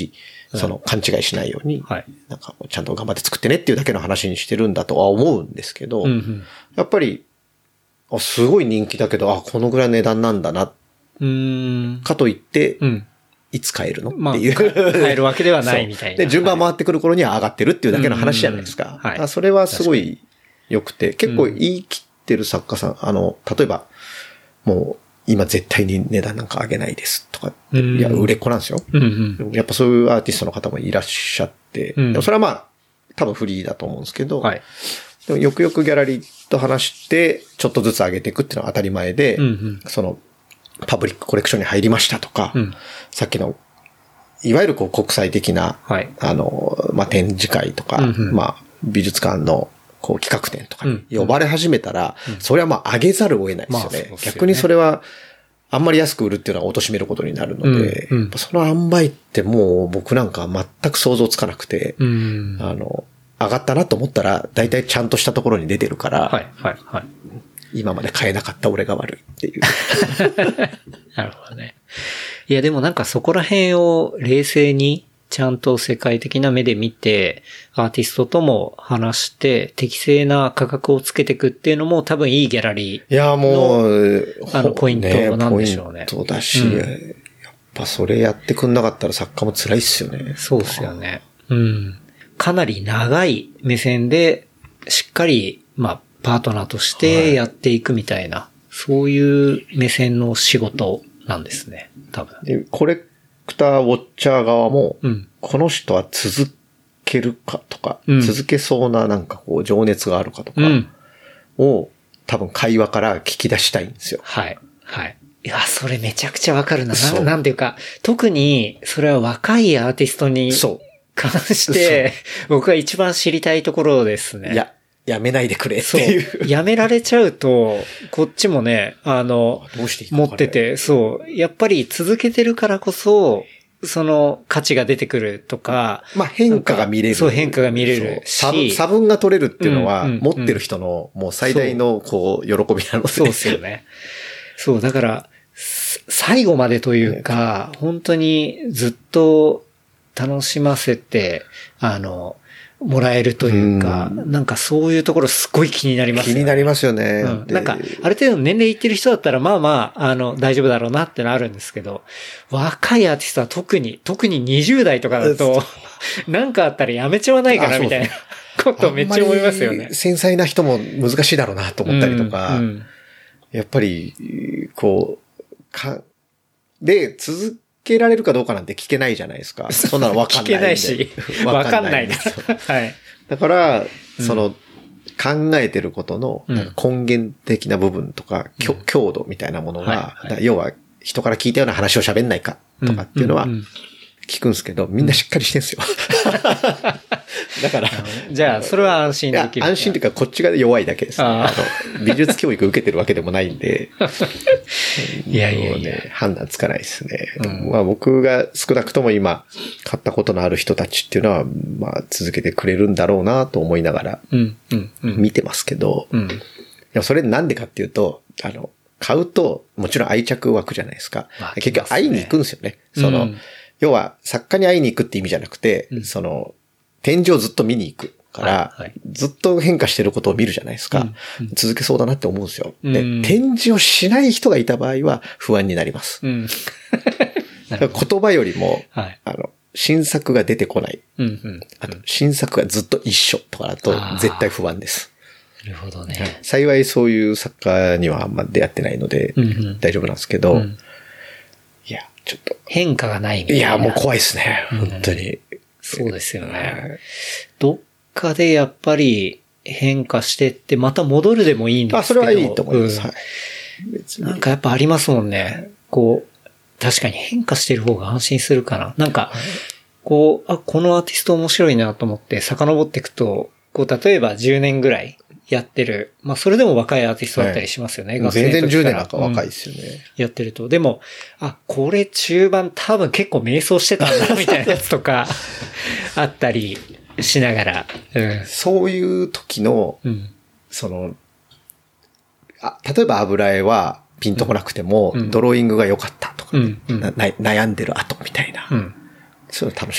その勘違いしないように、 はい、 なんかちゃんと頑張って作ってねっていうだけの話にしてるんだとは思うんですけど、 うんうん、 やっぱり、あ、すごい人気だけど、あ、このぐらいの値段なんだな、 うーんかといって、 うん、 いつ買えるのまあ、 っていう。 買えるわけではないみたいな。 で、順番回ってくる頃には上がってるっていうだけの話じゃないですか。はい、それはすごい良くて、結構言い切ってる作家さん、あの、例えば、もう、今絶対に値段なんか上げないですとかって、いや、売れっ子なんですよ、 うんうん。 やっぱそういうアーティストの方もいらっしゃって、うん、でもそれはまあ、多分フリーだと思うんですけど、はい、でもよくよくギャラリーと話して、ちょっとずつ上げていくっていうのは当たり前で、うんうん、その、パブリックコレクションに入りましたとか、うん、さっきの、いわゆるこう国際的な、はい、あの、まあ、展示会とか、うんうん、まあ、美術館のこう企画展とかに呼ばれ始めたら、うんうん、それはまあ上げざるを得ないですよね。まあ、そうですよね。逆にそれは、あんまり安く売るっていうのは貶めることになるので、うんうん、その塩梅ってもう僕なんか全く想像つかなくて、うん、あの、上がったなと思ったら、大体ちゃんとしたところに出てるから、はいはいはい、今まで買えなかった俺が悪いっていう。 なるほどね。いやでもなんかそこら辺を冷静にちゃんと世界的な目で見て、アーティストとも話して、適正な価格をつけていくっていうのも多分いいギャラリーの。 いやもう、 あのポイントなんでしょうね。 ねポイントだし、うん、やっぱそれやってくんなかったら作家も辛いっすよね。 そうっすよね。うん。かなり長い目線で、しっかり、まあ、パートナーとしてやっていくみたいな、はい、そういう目線の仕事なんですね。多分。 で、コレクター、ウォッチャー側も、うん、この人は続けるかとか、うん、続けそうななんかこう情熱があるかとかを、うん、多分会話から聞き出したいんですよ。 はい。はい。いや、それめちゃくちゃわかるな。な, なんていうか、特にそれは若いアーティストに関して、僕が一番知りたいところですね。 いや、やめないでくれっていう。 そう。やめられちゃうと、こっちもね、あの、 どうしていい持ってて、そう。やっぱり続けてるからこそ、その価値が出てくるとか。 まあ変化が見れる。 そう、変化が見れるし。 差分が取れるっていうのは、持ってる人のもう最大のこう、喜びなので。 そうですよね。そう、だから、最後までというか、本当にずっと楽しませて、あの、もらえるというか、うん、なんかそういうところすごい気になりますよね。気になりますよね。 うん、なんか、ある程度年齢いってる人だったら、まあまあ、あの、大丈夫だろうなってのあるんですけど、若いアーティストは特に、特ににじゅう代とかだと、なんかあったらやめちゃわないかなみたいなことめっちゃ思いますよね。 繊細な人も難しいだろうなと思ったりとか、うんうん、やっぱり、こう、か、で、続けられるかどうかなんて聞けないじゃないですか。そんなの分かんないんで。 聞けないし、分かんないです。はい。 だから、その、うん、考えてることの根源的な部分とか、うん、強度みたいなものが、はいはい、要は人から聞いたような話を喋んないかとかっていうのは聞くんですけど、みんなしっかりしてんすよ。だから。 じゃあ、それは安心できる。 安心というか、こっちが弱いだけです、ね。あの美術教育受けてるわけでもないんで。 いやいやいや、 ね。判断つかないですね。うん、まあ僕が少なくとも今、買ったことのある人たちっていうのは、まあ続けてくれるんだろうなと思いながら、見てますけど、うんうん、でもそれなんでかっていうと、あの、買うと、もちろん愛着湧くじゃないですか。まあ、結局会いに行くんですよね。その、うん、要は作家に会いに行くって意味じゃなくて、うん、その、展示をずっと見に行くから、はいはい、ずっと変化してることを見るじゃないですか。うんうん、続けそうだなって思うんですよ。で、うん、展示をしない人がいた場合は不安になります。うん、言葉よりも、はい、あの、新作が出てこない。うんうん、あと、新作がずっと一緒とかだと絶対不安です。 なるほどね。 幸いそういう作家にはあんま出会ってないので、うんうん、大丈夫なんですけど、うん、いや、ちょっと。 変化がないみたいな。 いや、もう怖いですね。うん、本当に。 そうですよね。どっかでやっぱり変化してってまた戻るでもいいんですけど。 あ、それはいいと思います。うん、はい。 別になんかやっぱありますもんね。こう、確かに変化してる方が安心するかな。なんか、こう、あ、このアーティスト面白いなと思って遡っていくと、こう、例えばじゅうねんぐらいやってる。まあ、それでも若いアーティストだったりしますよね。 はい、全然じゅうねんなんか若いですよね、うん。 やってると。でも、あ、これ中盤多分結構迷走してたんだみたいなやつとか、あったりしながら。うん、 そういう時の、うん、その、あ、例えば油絵はピンとこなくても、うん、ドローイングが良かったとか、ね、うんうん、な、悩んでる後みたいな。うん、そういうの楽しい。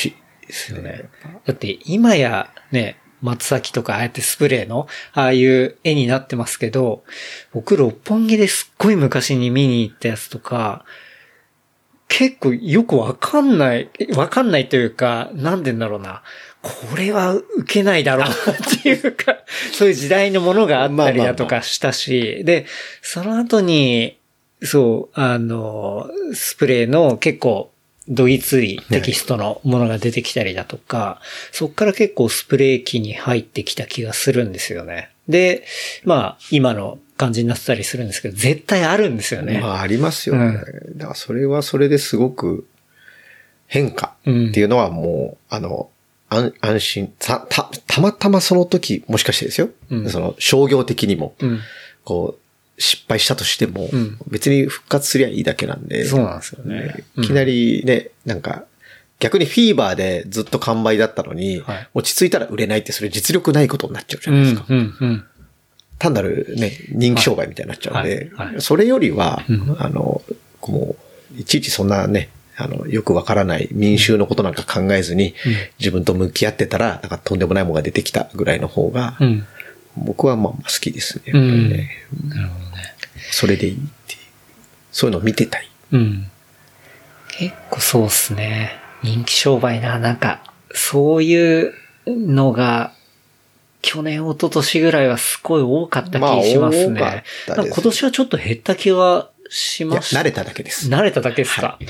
ですよね。 だって今やね、松崎とかああやってスプレーのああいう絵になってますけど、僕六本木ですっごい昔に見に行ったやつとか、結構よくわかんない、わかんないというか、なんでんだろうな。これは受けないだろうなっていうか、そういう時代のものがあったりだとかしたし、まあまあまあ、で、その後に、そう、あの、スプレーの結構、どぎついテキストのものが出てきたりだとか、そっから結構スプレー機に入ってきた気がするんですよね。で、まあ、今の感じになってたりするんですけど、絶対あるんですよね。 まあ、ありますよね。うん、だからそれはそれですごく変化っていうのはもう、うん、あの、安, 安心た、た、たまたまその時、もしかしてですよ。うん、その商業的にも、うん、こう、失敗したとしても、うん、別に復活すりゃいいだけなんで。 そうなんですよね。 いきなりね、うん、なんか、逆にフィーバーでずっと完売だったのに、はい、落ち着いたら売れないってそれ実力ないことになっちゃうじゃないですか。うんうんうん、単なるね、人気商売みたいになっちゃうんで、はいはいはい、それよりは、うん、あの、もう、いちいちそんなね、あの、よくわからない民衆のことなんか考えずに、うん、自分と向き合ってたら、なんかとんでもないものが出てきたぐらいの方が、うん、僕はまあ好きですね。やっぱりね、うん。なるほどね。それでいいっていう。そういうのを見てたい。 うん。結構そうっすね。人気商売な、なんか、そういうのが、去年、一昨年ぐらいはすごい多かった気しますね。まあ、多かったです。今年はちょっと減った気はしました。 慣れただけです。 慣れただけですか。はい、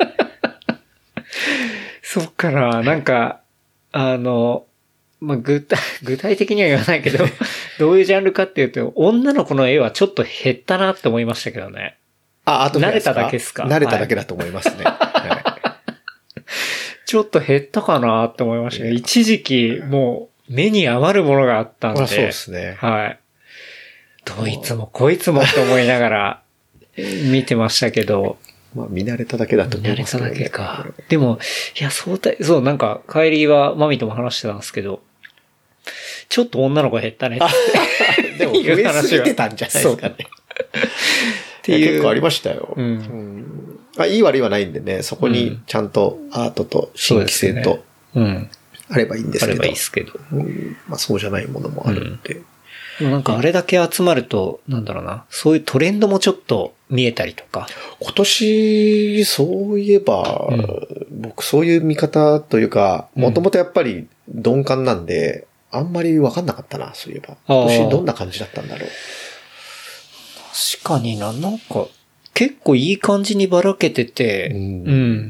そっかな、なんか、あの、まあ、具体、具体的には言わないけど、どういうジャンルかっていうと、女の子の絵はちょっと減ったなって思いましたけどね。 あ、あと慣れただけですか？ 慣れただけだと思いますね。はい、 ちょっと減ったかなって思いましたね。一時期、もう、目に余るものがあったんで。 まあ、そうですね。 はい。どいつもこいつもと思いながら、見てましたけど。 まあ、見慣れただけだと思いますけど、ね。見慣れただけか。でも、いや、そうた、そう、なんか、帰りはマミとも話してたんですけど、ちょっと女の子減ったねって。 でも、増えすぎてたんじゃないですかね。っていう。結構ありましたよ。うんうん、あ。いい悪いはないんでね、そこにちゃんとアートと新規性と、うん。あればいいんですけど。 あればいいですけど。 うん、まあ、そうじゃないものもあるんで。 うん、なんかあれだけ集まると、なんだろうな、そういうトレンドもちょっと見えたりとか。 今年、そういえば、うん、僕そういう見方というか、もともとやっぱり鈍感なんで、あんまり分かんなかったな、そういえば。今年どんな感じだったんだろう。 確かにな、なんか、結構いい感じにばらけてて、うん。うん、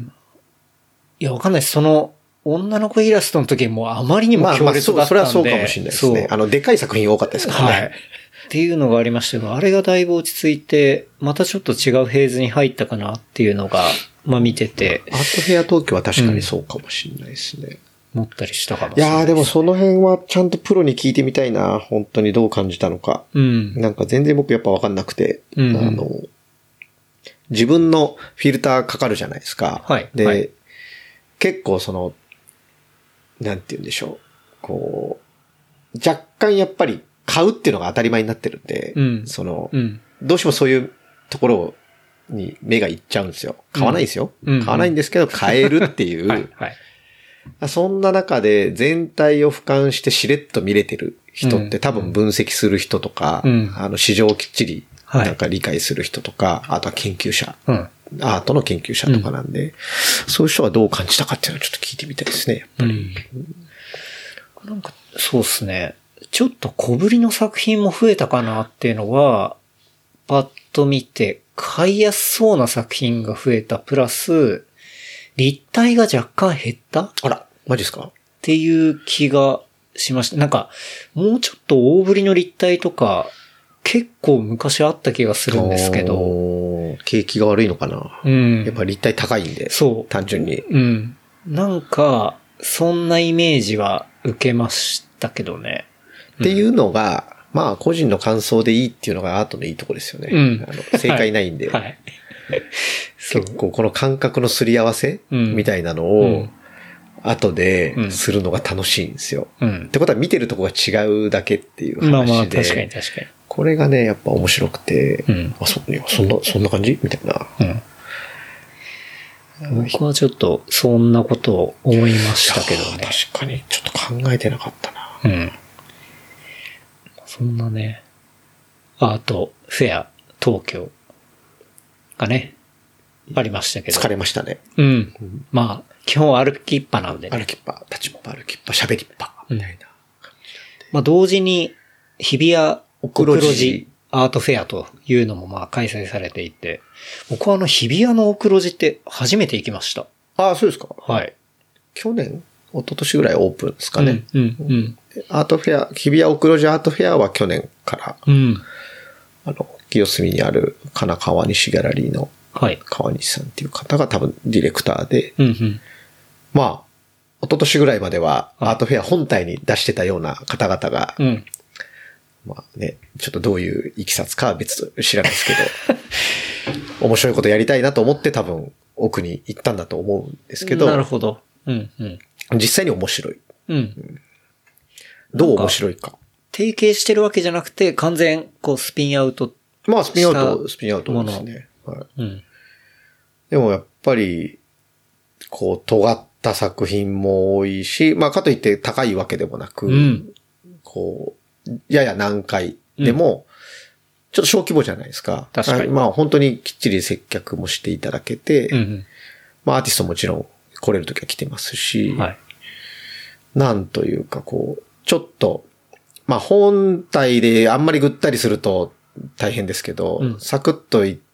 いや、わかんないです。その、女の子イラストの時もあまりにも強烈だったんで。まあ、まあ、それはそうかもしれないですね。あの、でかい作品多かったですからね。はい。っていうのがありましたけど、あれがだいぶ落ち着いて、またちょっと違うフェーズに入ったかなっていうのが、まあ見てて。 アートフェア東京は確かにそうかもしれないですね。 うん、思ったりしたかもしれない。 いやーでもその辺はちゃんとプロに聞いてみたいな。本当にどう感じたのか。うん。なんか全然僕やっぱわかんなくて、うん、あの、自分のフィルターかかるじゃないですか。はい。で、はい、結構その、なんて言うんでしょう。こう、若干やっぱり買うっていうのが当たり前になってるんで、うん、その、うん、どうしてもそういうところに目がいっちゃうんですよ。買わないですよ。うん、買わないんですけど、買えるっていう。はいはい、そんな中で全体を俯瞰してしれっと見れてる人って多分分析する人とか、うん、あの市場をきっちりなんか理解する人とか、はい、あとは研究者。うんアートの研究者とかなんで、うん、そういう人はどう感じたかっていうのをちょっと聞いてみたいですね、やっぱり。 うん、なんか、そうですね。ちょっと小ぶりの作品も増えたかなっていうのは、パッと見て、買いやすそうな作品が増えた、プラス、立体が若干減ったあら、マジですかっていう気がしました。なんか、もうちょっと大ぶりの立体とか、結構昔あった気がするんですけど。 景気が悪いのかな、うん、やっぱり立体高いんで。そう。単純に。 うん。なんか、そんなイメージは受けましたけどね。 っていうのが、うん、まあ個人の感想でいいっていうのがアートのいいとこですよね。うん、あの正解ないんで。はい。はい、結構この感覚のすり合わせ、うん、みたいなのを、後でするのが楽しいんですよ。うん、ってことは見てるとこが違うだけっていう話で。まあまあ確かに確かに。 これがね、やっぱ面白くて、うん、あ、そ、そんな、そんな感じみたいな。 僕はちょっとそんなことを思いましたけどね。 確かにちょっと考えてなかったな。 うん。そんなね、アートフェア東京がね、ありましたけど。 疲れましたね。 うん。うん、まあ、基本歩きっぱなんでね。 歩きっぱ、立ちっぱ、歩きっぱ、喋りっぱ、みたいな感じなんで。 まあ同時に、日比谷お黒路アートフェアというのもまあ開催されていて、僕はあの日比谷のお黒路って初めて行きました。 ああ、そうですか。 はい。 去年一昨年ぐらいオープンですかね。 うん、うん、うん。 アートフェア、日比谷お黒路アートフェアは去年から、 うん。 あの、清澄にある金川西ギャラリーの、 はい。 川西さんっていう方が多分ディレクターで、 うん、うん。 まあ、一昨年ぐらいまではアートフェア本体に出してたような方々が、 うん。 まあね、ちょっとどういういきさつかは別と知らないですけど、面白いことやりたいなと思って多分奥に行ったんだと思うんですけど、 なるほど。うん、うん。 実際に面白い。 うん。 どう面白いか。か提携してるわけじゃなくて、完全、こう、スピンアウト。 まあ、スピンアウト、スピンアウトですね。はい。 うん。 でもやっぱり、こう、尖った作品も多いし、まあ、かといって高いわけでもなく、 うん、 こう、やや難解でも、ちょっと小規模じゃないですか。 確かに。 まあ、本当にきっちり接客もしていただけて、 うんうん、 まあ、アーティストもちろん来れるときは来てますし、 はい、 なんというか、こう、ちょっと、まあ、本体であんまりぐったりすると大変ですけど、うん、サクッといって、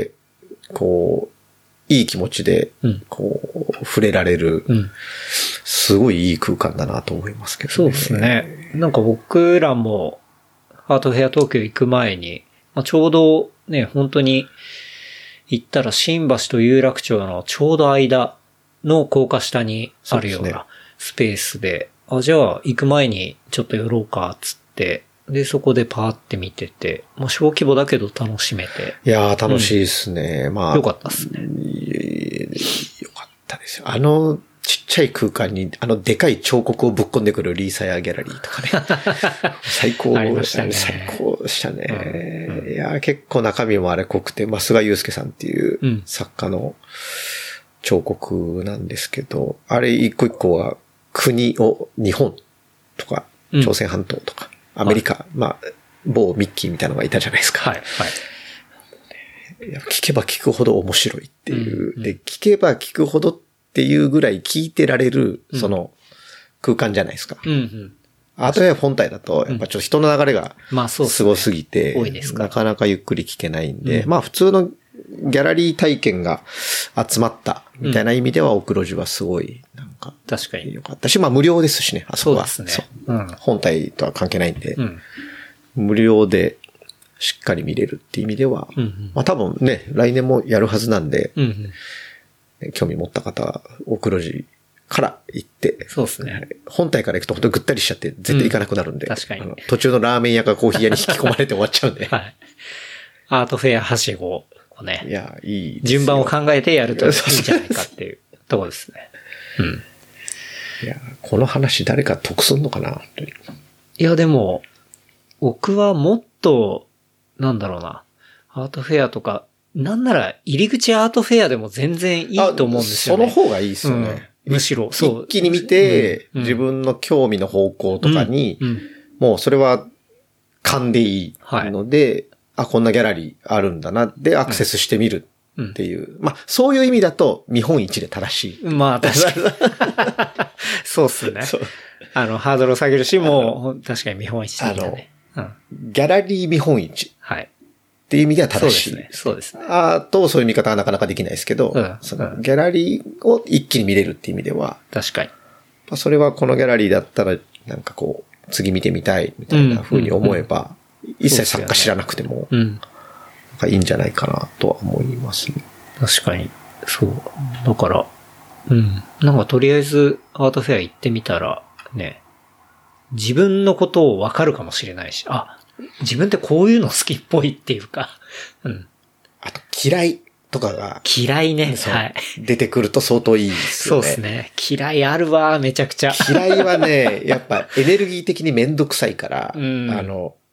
こう、いい気持ちで、こう、触れられる、うん、すごいいい空間だなと思いますけどね。 そうですね。なんか僕らも、アートフェア東京行く前に、まあ、ちょうどね、本当に行ったら新橋と有楽町のちょうど間の高架下にあるようなスペースで、あ、じゃあ行く前にちょっと寄ろうか、つって、で、そこでパーって見てて、まあ、小規模だけど楽しめて。 いやー、楽しいですね。うん、まあ。 よかったですね。 よかったですよ。あの、ちっちゃい空間に、あの、でかい彫刻をぶっ込んでくるリーサヤギャラリーとかね。最高でしたね。最高でしたね。うんうん、いやー、結構中身もあれ濃くて、まあ、菅祐介さんっていう作家の彫刻なんですけど、あれ一個一個は国を、日本とか、朝鮮半島とか、うんアメリカ、はい、まあ、某ミッキーみたいなのがいたじゃないですか。 はい、はい。 聞けば聞くほど面白いっていう、うんうん。で、聞けば聞くほどっていうぐらい聞いてられる、その空間じゃないですか。 うんうん、 アートフェア本体だと、やっぱちょっと人の流れがすごすぎて、 多いですか。 なかなかゆっくり聞けないんで、うん、まあ普通のギャラリー体験が集まったみたいな意味では、お黒字はすごい、なんか、 確かに良かったし、まあ無料ですしね、あそこは。 そうですね。 うん、本体とは関係ないんで、 うん、 無料でしっかり見れるっていう意味では、 うんうん、 まあ多分ね、来年もやるはずなんで、 うんうん、興味持った方は、お黒字から行って、 そうですね。 本体から行くと本当にぐったりしちゃって絶対行かなくなるんで、 うん、確かに。 途中のラーメン屋かコーヒー屋に引き込まれて終わっちゃうんで。 はい。アートフェアはしごをね、 いや、いい。 順番を考えてやるといいんじゃないかっていうところですね。うん。 いや、この話誰か得すんのかな、本当に。 いや、でも、僕はもっと、なんだろうな、アートフェアとか、なんなら入り口アートフェアでも全然いいと思うんですよね。 その方がいいですよね。 うん、むしろ、 そう。一気に見て、うん、自分の興味の方向とかに、うんうん、もうそれは勘でいいので、はい、あ、こんなギャラリーあるんだな、でアクセスしてみるっていう。うん、まあ、そういう意味だと見本市で正しい。 まあ、確かに。そうっすね。あの、ハードルを下げるし、もう、確かに見本市だね。 あの、うん、ギャラリー見本市。 はい。 っていう意味では正しい。 そうですね。そうですね。 あと、そういう見方はなかなかできないですけど、うん、そのギャラリーを一気に見れるっていう意味では、 確かに。 まあ、それはこのギャラリーだったら、なんかこう、次見てみたいみたいな風に思えば、うんうんうん、一切作家知らなくても、うん、なんかいいんじゃないかなとは思いますね。 確かに。そう。だから、うん。なんかとりあえずアートフェア行ってみたら、ね、自分のことをわかるかもしれないし、あ、自分ってこういうの好きっぽいっていうか、うん。 あと嫌いとかが。 嫌いね。はい。 出てくると相当いいですよね。 そうですね。嫌いあるわ、めちゃくちゃ。 嫌いはね、やっぱエネルギー的にめんどくさいから、うん、あの、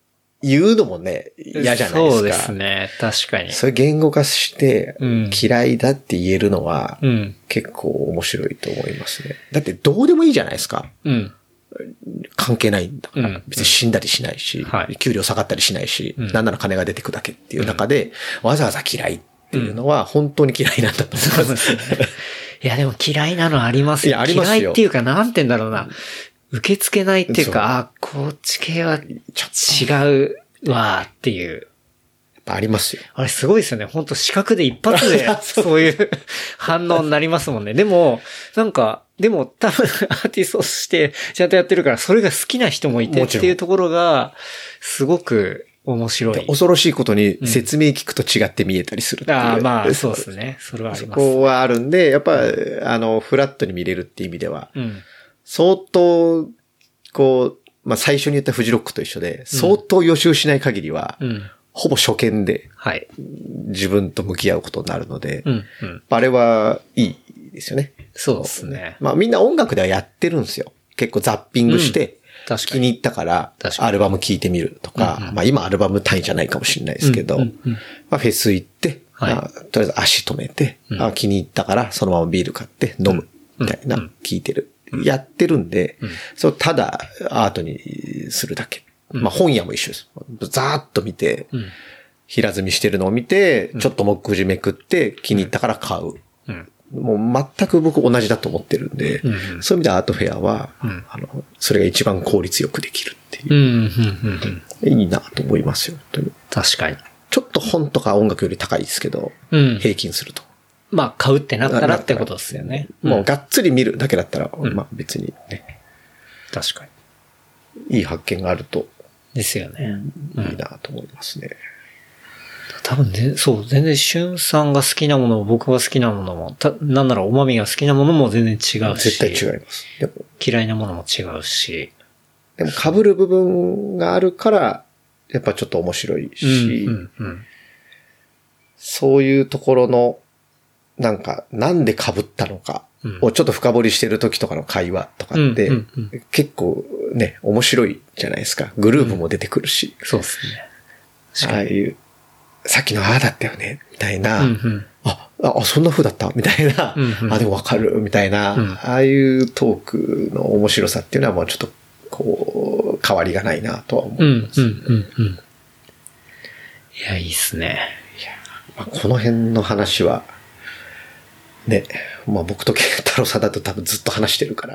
言うのもね、嫌じゃないですか。 そうですね。確かに。 それ言語化して、 うん、 嫌いだって言えるのは、うん、結構面白いと思いますね。だってどうでもいいじゃないですか。うん、関係ないんだから、うん、別に死んだりしないし、はい、給料下がったりしないし、うん、なんなら金が出てくだけっていう中で、うん、わざわざ嫌いっていうのは本当に嫌いなんだと思います。うん、 いやでも嫌いなのありますよ。いや、ありますよ。嫌いっていうかなんて言うんだろうな。受け付けないっていうか、あ、こっち系は違うわっていう。 ありますよ。 あれすごいですよね。本当視覚で一発でそういう反応になりますもんね。でも、なんか、でも多分アーティストとしてちゃんとやってるから、それが好きな人もいてっていうところが、すごく面白い。 恐ろしいことに説明聞くと違って見えたりするっていう。 うん、ああ、まあそうですね。それはあります。 そこはあるんで、やっぱ、あの、フラットに見れるっていう意味では、うん、相当、こう、まあ最初に言ったフジロックと一緒で、相当予習しない限りは、うん、ほぼ初見で、自分と向き合うことになるので、はいうんうん、あれはいいですよね。 そうですね。 まあみんな音楽ではやってるんですよ。結構ザッピングして、うん、気に入ったからアルバム聴いてみるとか、うんうん、まあ今アルバム単位じゃないかもしれないですけど、うんうんうん、まあフェス行って、はいまあ、とりあえず足止めて、うん、あ気に入ったからそのままビール買って飲むみたいな、聴いてる。やってるんで、うん、そうただアートにするだけ。うん、まあ本屋も一緒です。ざーっと見て、うん、平積みしてるのを見て、ちょっと目次めくって気に入ったから買う。うん、もう全く僕同じだと思ってるんで、うんうん、そういう意味でアートフェアは、うん、あの、それが一番効率よくできるっていう。うんうんうんうん、いいなと思いますよ、本当に。 確かに。 ちょっと本とか音楽より高いですけど、うん、平均すると。 まあ、買うってなったらってことですよね。 もうがっつり見るだけだったら、うん、まあ別にね。 確かに。いい発見があると。 ですよね。 うん、いいなと思いますね。 多分ね、そう、全然しゅんさんが好きなものも僕が好きなものも、たなんならおまみが好きなものも全然違うし。 絶対違います。 でも嫌いなものも違うし。 でも被る部分があるから、やっぱちょっと面白いし、うんうんうん、そういうところの、なんか、なんで被ったのかをちょっと深掘りしてる時とかの会話とかって、うんうんうん、結構ね、面白いじゃないですか。グループも出てくるし。 うん、そうですね。 ああいう、さっきのああだったよね、みたいな、うんうん、あ、あ、そんな風だったみたいな、うんうん、あ、でもわかる、みたいな、うん、ああいうトークの面白さっていうのはもうちょっと、こう、変わりがないなとは思います、ね。うんうんうんうん、いや、いいっすね。 いや、まあ、この辺の話は、ね、まあ僕とケンタロウさんだと多分ずっと話してるから。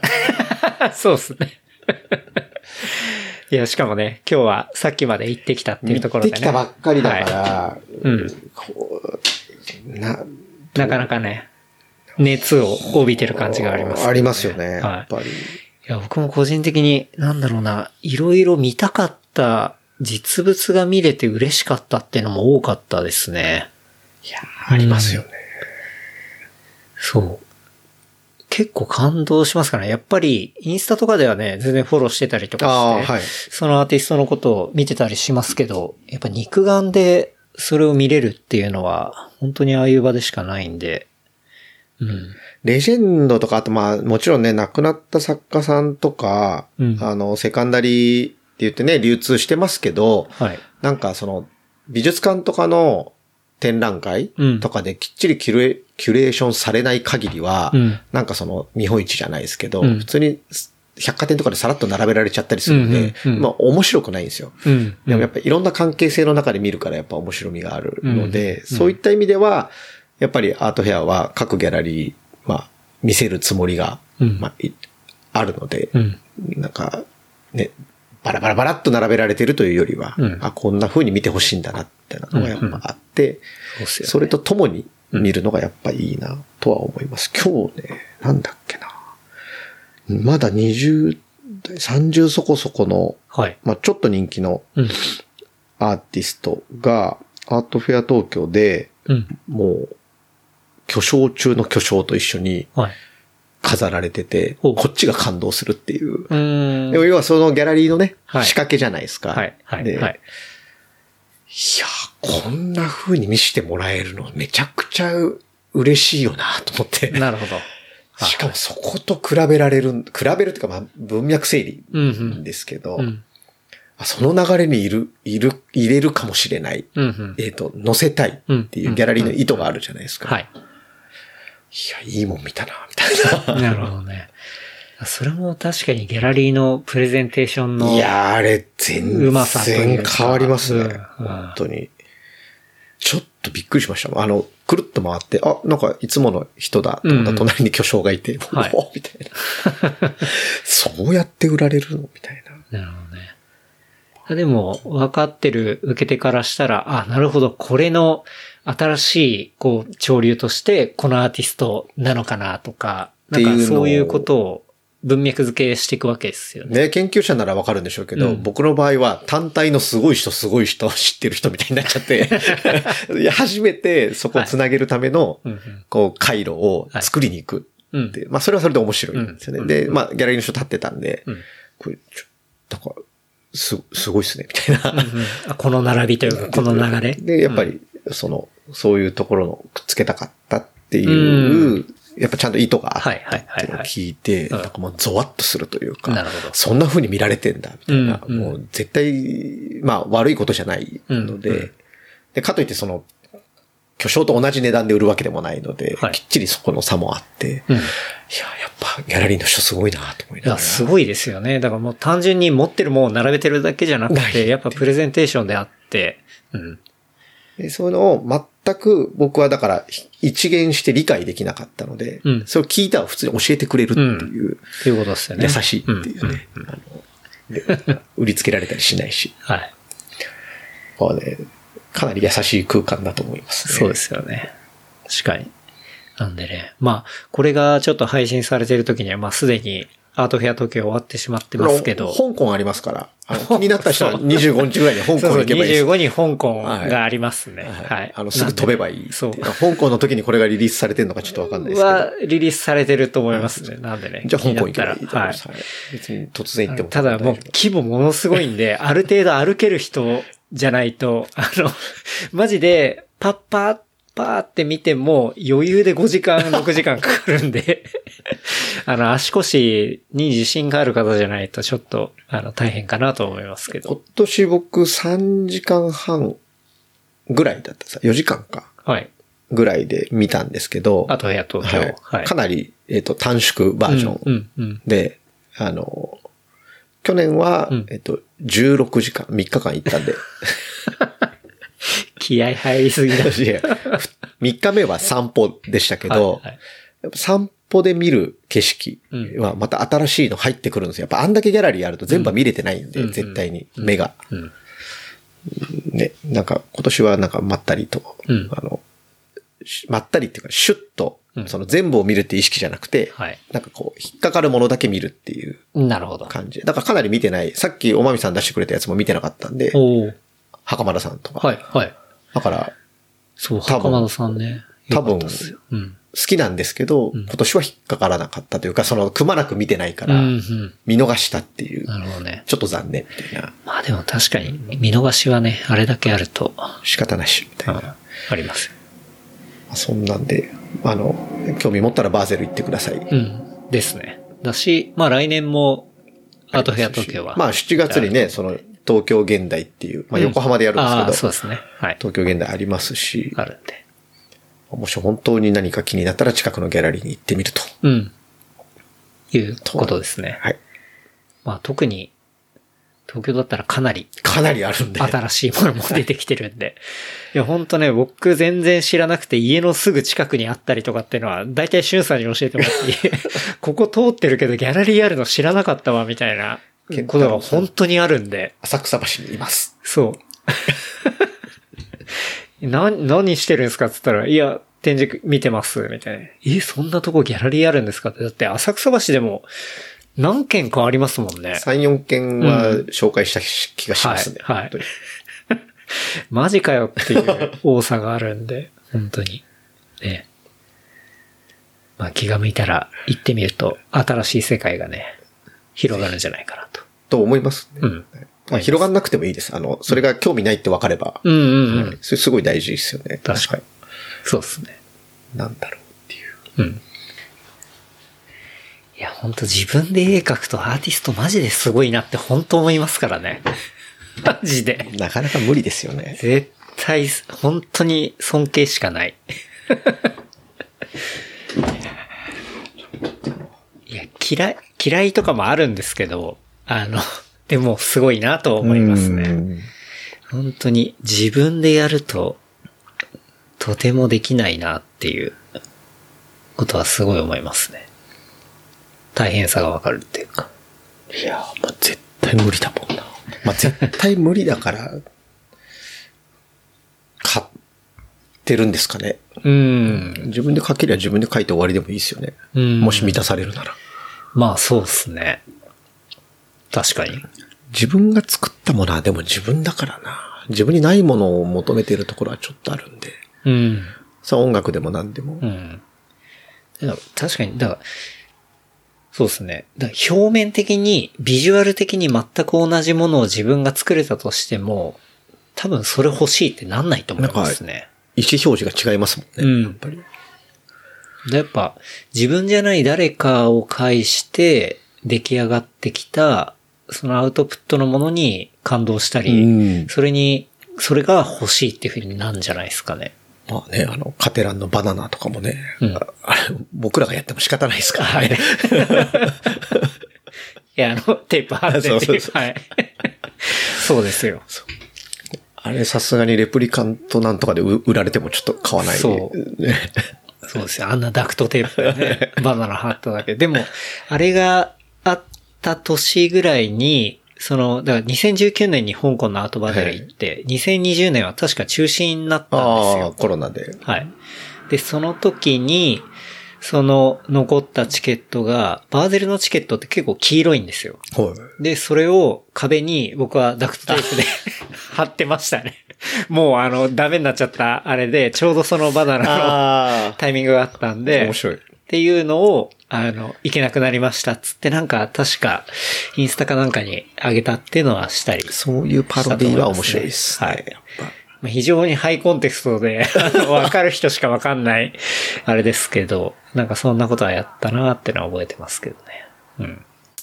そうっすね。いや、しかもね、今日はさっきまで行ってきたっていうところでね。 行ってきたばっかりだから、はい、うん。 こうな、なかなかね、熱を帯びてる感じがあります、ね。 ありますよね、やっぱり。 いや、僕も個人的に、なんだろうな、いろいろ見たかった実物が見れて嬉しかったっていうのも多かったですね。 いや、ありますよね。 そう。結構感動しますからね。やっぱり、インスタとかではね、全然フォローしてたりとかして、はい、そのアーティストのことを見てたりしますけど、やっぱ肉眼でそれを見れるっていうのは、本当にああいう場でしかないんで。 うん。レジェンドとか、あとまあ、もちろんね、亡くなった作家さんとか、うん、あの、セカンダリーって言ってね、流通してますけど、はい、なんかその、美術館とかの、展覧会とかできっちりキュレ、キュレーションされない限りは、うん、なんかその見本市じゃないですけど、うん、普通に百貨店とかでさらっと並べられちゃったりするんで、うんうんうん、まあ面白くないんですよ、うんうん。でもやっぱりいろんな関係性の中で見るからやっぱ面白みがあるので、うんうん、そういった意味では、やっぱりアートフェアは各ギャラリー、まあ見せるつもりが、うんまあ、あるので、うん、なんかね、バラバラバラっと並べられてるというよりは、うん、あ、こんな風に見てほしいんだなってのがやっぱあって、うんうん そ, ね、それとともに見るのがやっぱいいなとは思います。今日ね、なんだっけな。まだにじゅう代、さんじゅうそこそこの、はい、まあちょっと人気のアーティストがアートフェア東京で、うん、もう巨匠中の巨匠と一緒に、はい飾られてて、こっちが感動するっていう。うーんでも要はそのギャラリーのね、はい、仕掛けじゃないですか。はい。はい。で、はい、いや、こんな風に見せてもらえるのめちゃくちゃ嬉しいよなと思って。 なるほど。 しかもそこと比べられる、比べるっていうかまあ文脈整理ですけど、うんうんうん、 あその流れにいる、いる、入れるかもしれない。 うんうん、 えっ、ー、と、載せたいっていうギャラリーの意図があるじゃないですか。 はい。 いや、いいもん見たな、みたいな。 なるほどね。それも確かにギャラリーのプレゼンテーションの。 いや、あれ全然変わりますね。うん、本当に。ちょっとびっくりしました。あの、くるっと回って、あ、なんかいつもの人だと思ったら隣に巨匠がいて、うんうん、おみたいな。そうやって売られるのみたいな。 なるほどね。でも、分かってる受け手からしたら、あ、なるほど、これの新しい、こう、潮流として、このアーティストなのかなとか、なんかそういうことを文脈付けしていくわけですよね。 ね、研究者ならわかるんでしょうけど、うん、僕の場合は単体のすごい人、すごい人を知ってる人みたいになっちゃって、いや初めてそこをつなげるための、はい、こう、回路を作りに行くって、はい、まあそれはそれで面白いんですよね。うん、で、まあギャラリーの人立ってたんで、うん、これちょ、なんか、す、すごいっすね、みたいな、 うんうん。この並びというか、この流れ。 で、やっぱり、その、そういうところのくっつけたかったっていう、うんやっぱちゃんと意図があったっていうのを聞いて、なんかもうゾワッとするというか、なるほどそんな風に見られてんだ、みたいな、うんうん、もう絶対、まあ悪いことじゃないので、うんうん、で、かといってその、巨匠と同じ値段で売るわけでもないので、はい、きっちりそこの差もあって、うん、いや、やっぱギャラリーの人すごいなと思いながら。いや、 すごいですよね。だからもう単純に持ってるものを並べてるだけじゃなくて、やっぱプレゼンテーションであって、うんでそういうのを全く僕はだから一元して理解できなかったので、うん、それを聞いたら普通に教えてくれるっていう。 うん、っていうことですよね。 優しいっていうね。うんうんうん、あの売りつけられたりしないし。はい。まあね、かなり優しい空間だと思いますね。 そうですよね。確かに。なんでね。まあ、これがちょっと配信されている時には、まあすでにアートフェア東京終わってしまってますけど。 香港ありますから。あの気になった人はにじゅうごにちぐらいに香港に行けばいいです。そうそうにじゅうごに香港がありますね。はい。はい、 あの、すぐ飛べばいい。そう。香港の時にこれがリリースされてるのかちょっとわかんないですけど。は、 リリースされてると思いますね。なんでね。 じゃあ香港行けばいいと思います。はい。別に突然行っても。 ただもう規模ものすごいんで、ある程度歩ける人じゃないと、あの、マジで、パッパーパーって見ても余裕でごじかん、ろくじかんかかるんで、あの、足腰に自信がある方じゃないとちょっと、あの、大変かなと思いますけど。 今年僕さんじかんはんぐらいだったさ、よじかんか。はい。ぐらいで見たんですけど。 あとやっと今日、 はい。かなり、えっと、短縮バージョンで、うんうんうん、あの、去年は、うん、えっと、じゅうろくじかん、みっかかん行ったんで。 気合入りすぎだし。 みっかめは散歩でしたけど、はいはい、やっぱ散歩で見る景色はまた新しいの入ってくるんですよ。やっぱあんだけギャラリーあると全部は見れてないんで、うん、絶対に目が、うんうん。ね、なんか今年はなんかまったりと、うん、あの、まったりっていうかシュッと、その全部を見るって意識じゃなくて、はい、なんかこう引っかかるものだけ見るっていう感じ。だからかなり見てない。さっきおまみさん出してくれたやつも見てなかったんで、袴田さんとか。はい、はい。だから、 そう、袴田さんね。 多分、うん、好きなんですけど、うん、今年は引っかからなかったというか、その、くまなく見てないから、見逃したっていう。なるほどね。ちょっと残念みたいな。 まあでも確かに、見逃しはね、あれだけあると。 仕方なし、みたいな。 あります。 そんなんで、あの、興味持ったらバーゼル行ってください。うん。ですね。だし、まあ来年も、アートフェア東京は。 まあしちがつにね、その、東京現代っていう、まあ横浜でやるんですけど、うん、 そうですね。はい。 東京現代ありますし、 あるんで。 もし本当に何か気になったら近くのギャラリーに行ってみると。 うん。いうことですね。はい。まあ特に、東京だったらかなり。 かなりあるんで。 新しいものも出てきてるんで。いや本当ね、僕全然知らなくて家のすぐ近くにあったりとかっていうのは、だいたいしゅんさんに教えてもらってここ通ってるけどギャラリーあるの知らなかったわ、みたいな。ことが本当にあるんで。 浅草橋にいます。 そう。な、何してるんですかって言ったら、いや、展示見てます、みたいな。え、そんなとこギャラリーあるんですかって。だって浅草橋でも何件かありますもんね。 さん、よんけんは紹介した気がしますね。うん、はい。はい、 マジかよっていう多さがあるんで、本当に。ね。まあ気が向いたら行ってみると、新しい世界がね、広がるんじゃないかなと。 と思いますね。うん。まあ、広がんなくてもいいです。あの、それが興味ないって分かれば。うんうんうん。はい、それすごい大事ですよね。 確かに。そうですね。 なんだろうっていう。うん。 いや、本当自分で絵描くとアーティストマジですごいなって本当思いますからね。 マジで。 なかなか無理ですよね。 絶対、本当に尊敬しかない。いや、嫌い、嫌いとかもあるんですけど、あの、でもすごいなと思いますね。本当に自分でやると、とてもできないなっていうことはすごい思いますね。大変さがわかるっていうか。 いやー、まあ、絶対無理だもんな。まあ、絶対無理だから、買ってるんですかね。 うん。 自分で書けりゃ自分で書いて終わりでもいいですよね。うん。もし満たされるなら。 まあ、そうですね。確かに。 自分が作ったものはでも自分だからな。自分にないものを求めているところはちょっとあるんで。 うん。 さあ音楽でも何でも。 うん。だから確かに、だから、そうですね。だから表面的に、ビジュアル的に全く同じものを自分が作れたとしても、多分それ欲しいってなんないと思いますね。 意思表示が違いますもんね。うん。やっぱり。 やっぱ、自分じゃない誰かを介して出来上がってきた、そのアウトプットのものに感動したり、うん、それに、それが欲しいっていう風になるんじゃないですかね。 まあね、あの、カテランのバナナとかもね、うん、あれ、僕らがやっても仕方ないですからね。 はい、いや、あの、テープ貼ってっていう。そうそうそう。はい。そうですよ。 あれ、さすがにレプリカントなんとかで売られてもちょっと買わない。 そう。そうですよ。あんなダクトテープでね、バナナ貼っただけ。でも、あれがあった年ぐらいに、その、だからにせんじゅうきゅうねんに香港のアートバザル行って、はい、にせんにじゅうねんは確か中止になったんですよ。 ああ、コロナで。 はい。で、その時に、その残ったチケットが、バーゼルのチケットって結構黄色いんですよ。はい。で、それを壁に僕はダクトテープで貼ってましたね。もうあの、ダメになっちゃったあれで、ちょうどそのバナナのタイミングがあったんで、 面白い。 っていうのを、あの、いけなくなりましたっつってなんか確かインスタかなんかに上げたっていうのはしたり、ね。 そういうパロディは面白いです、ね。はい。やっぱ非常にハイコンテクストで、あの、わかる人しかわかんない、あれですけど、なんかそんなことはやったなーってのは覚えてますけどね。うん。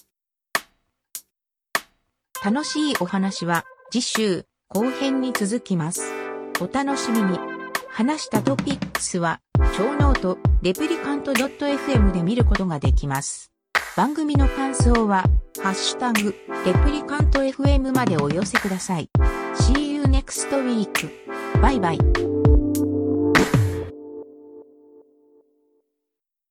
楽しいお話は次週後編に続きます。お楽しみに。話したトピックスは、超ノート、レプリカント .fm で見ることができます。番組の感想は、ハッシュタグ、レプリカント エフエム までお寄せください。See you next week. バイバイ。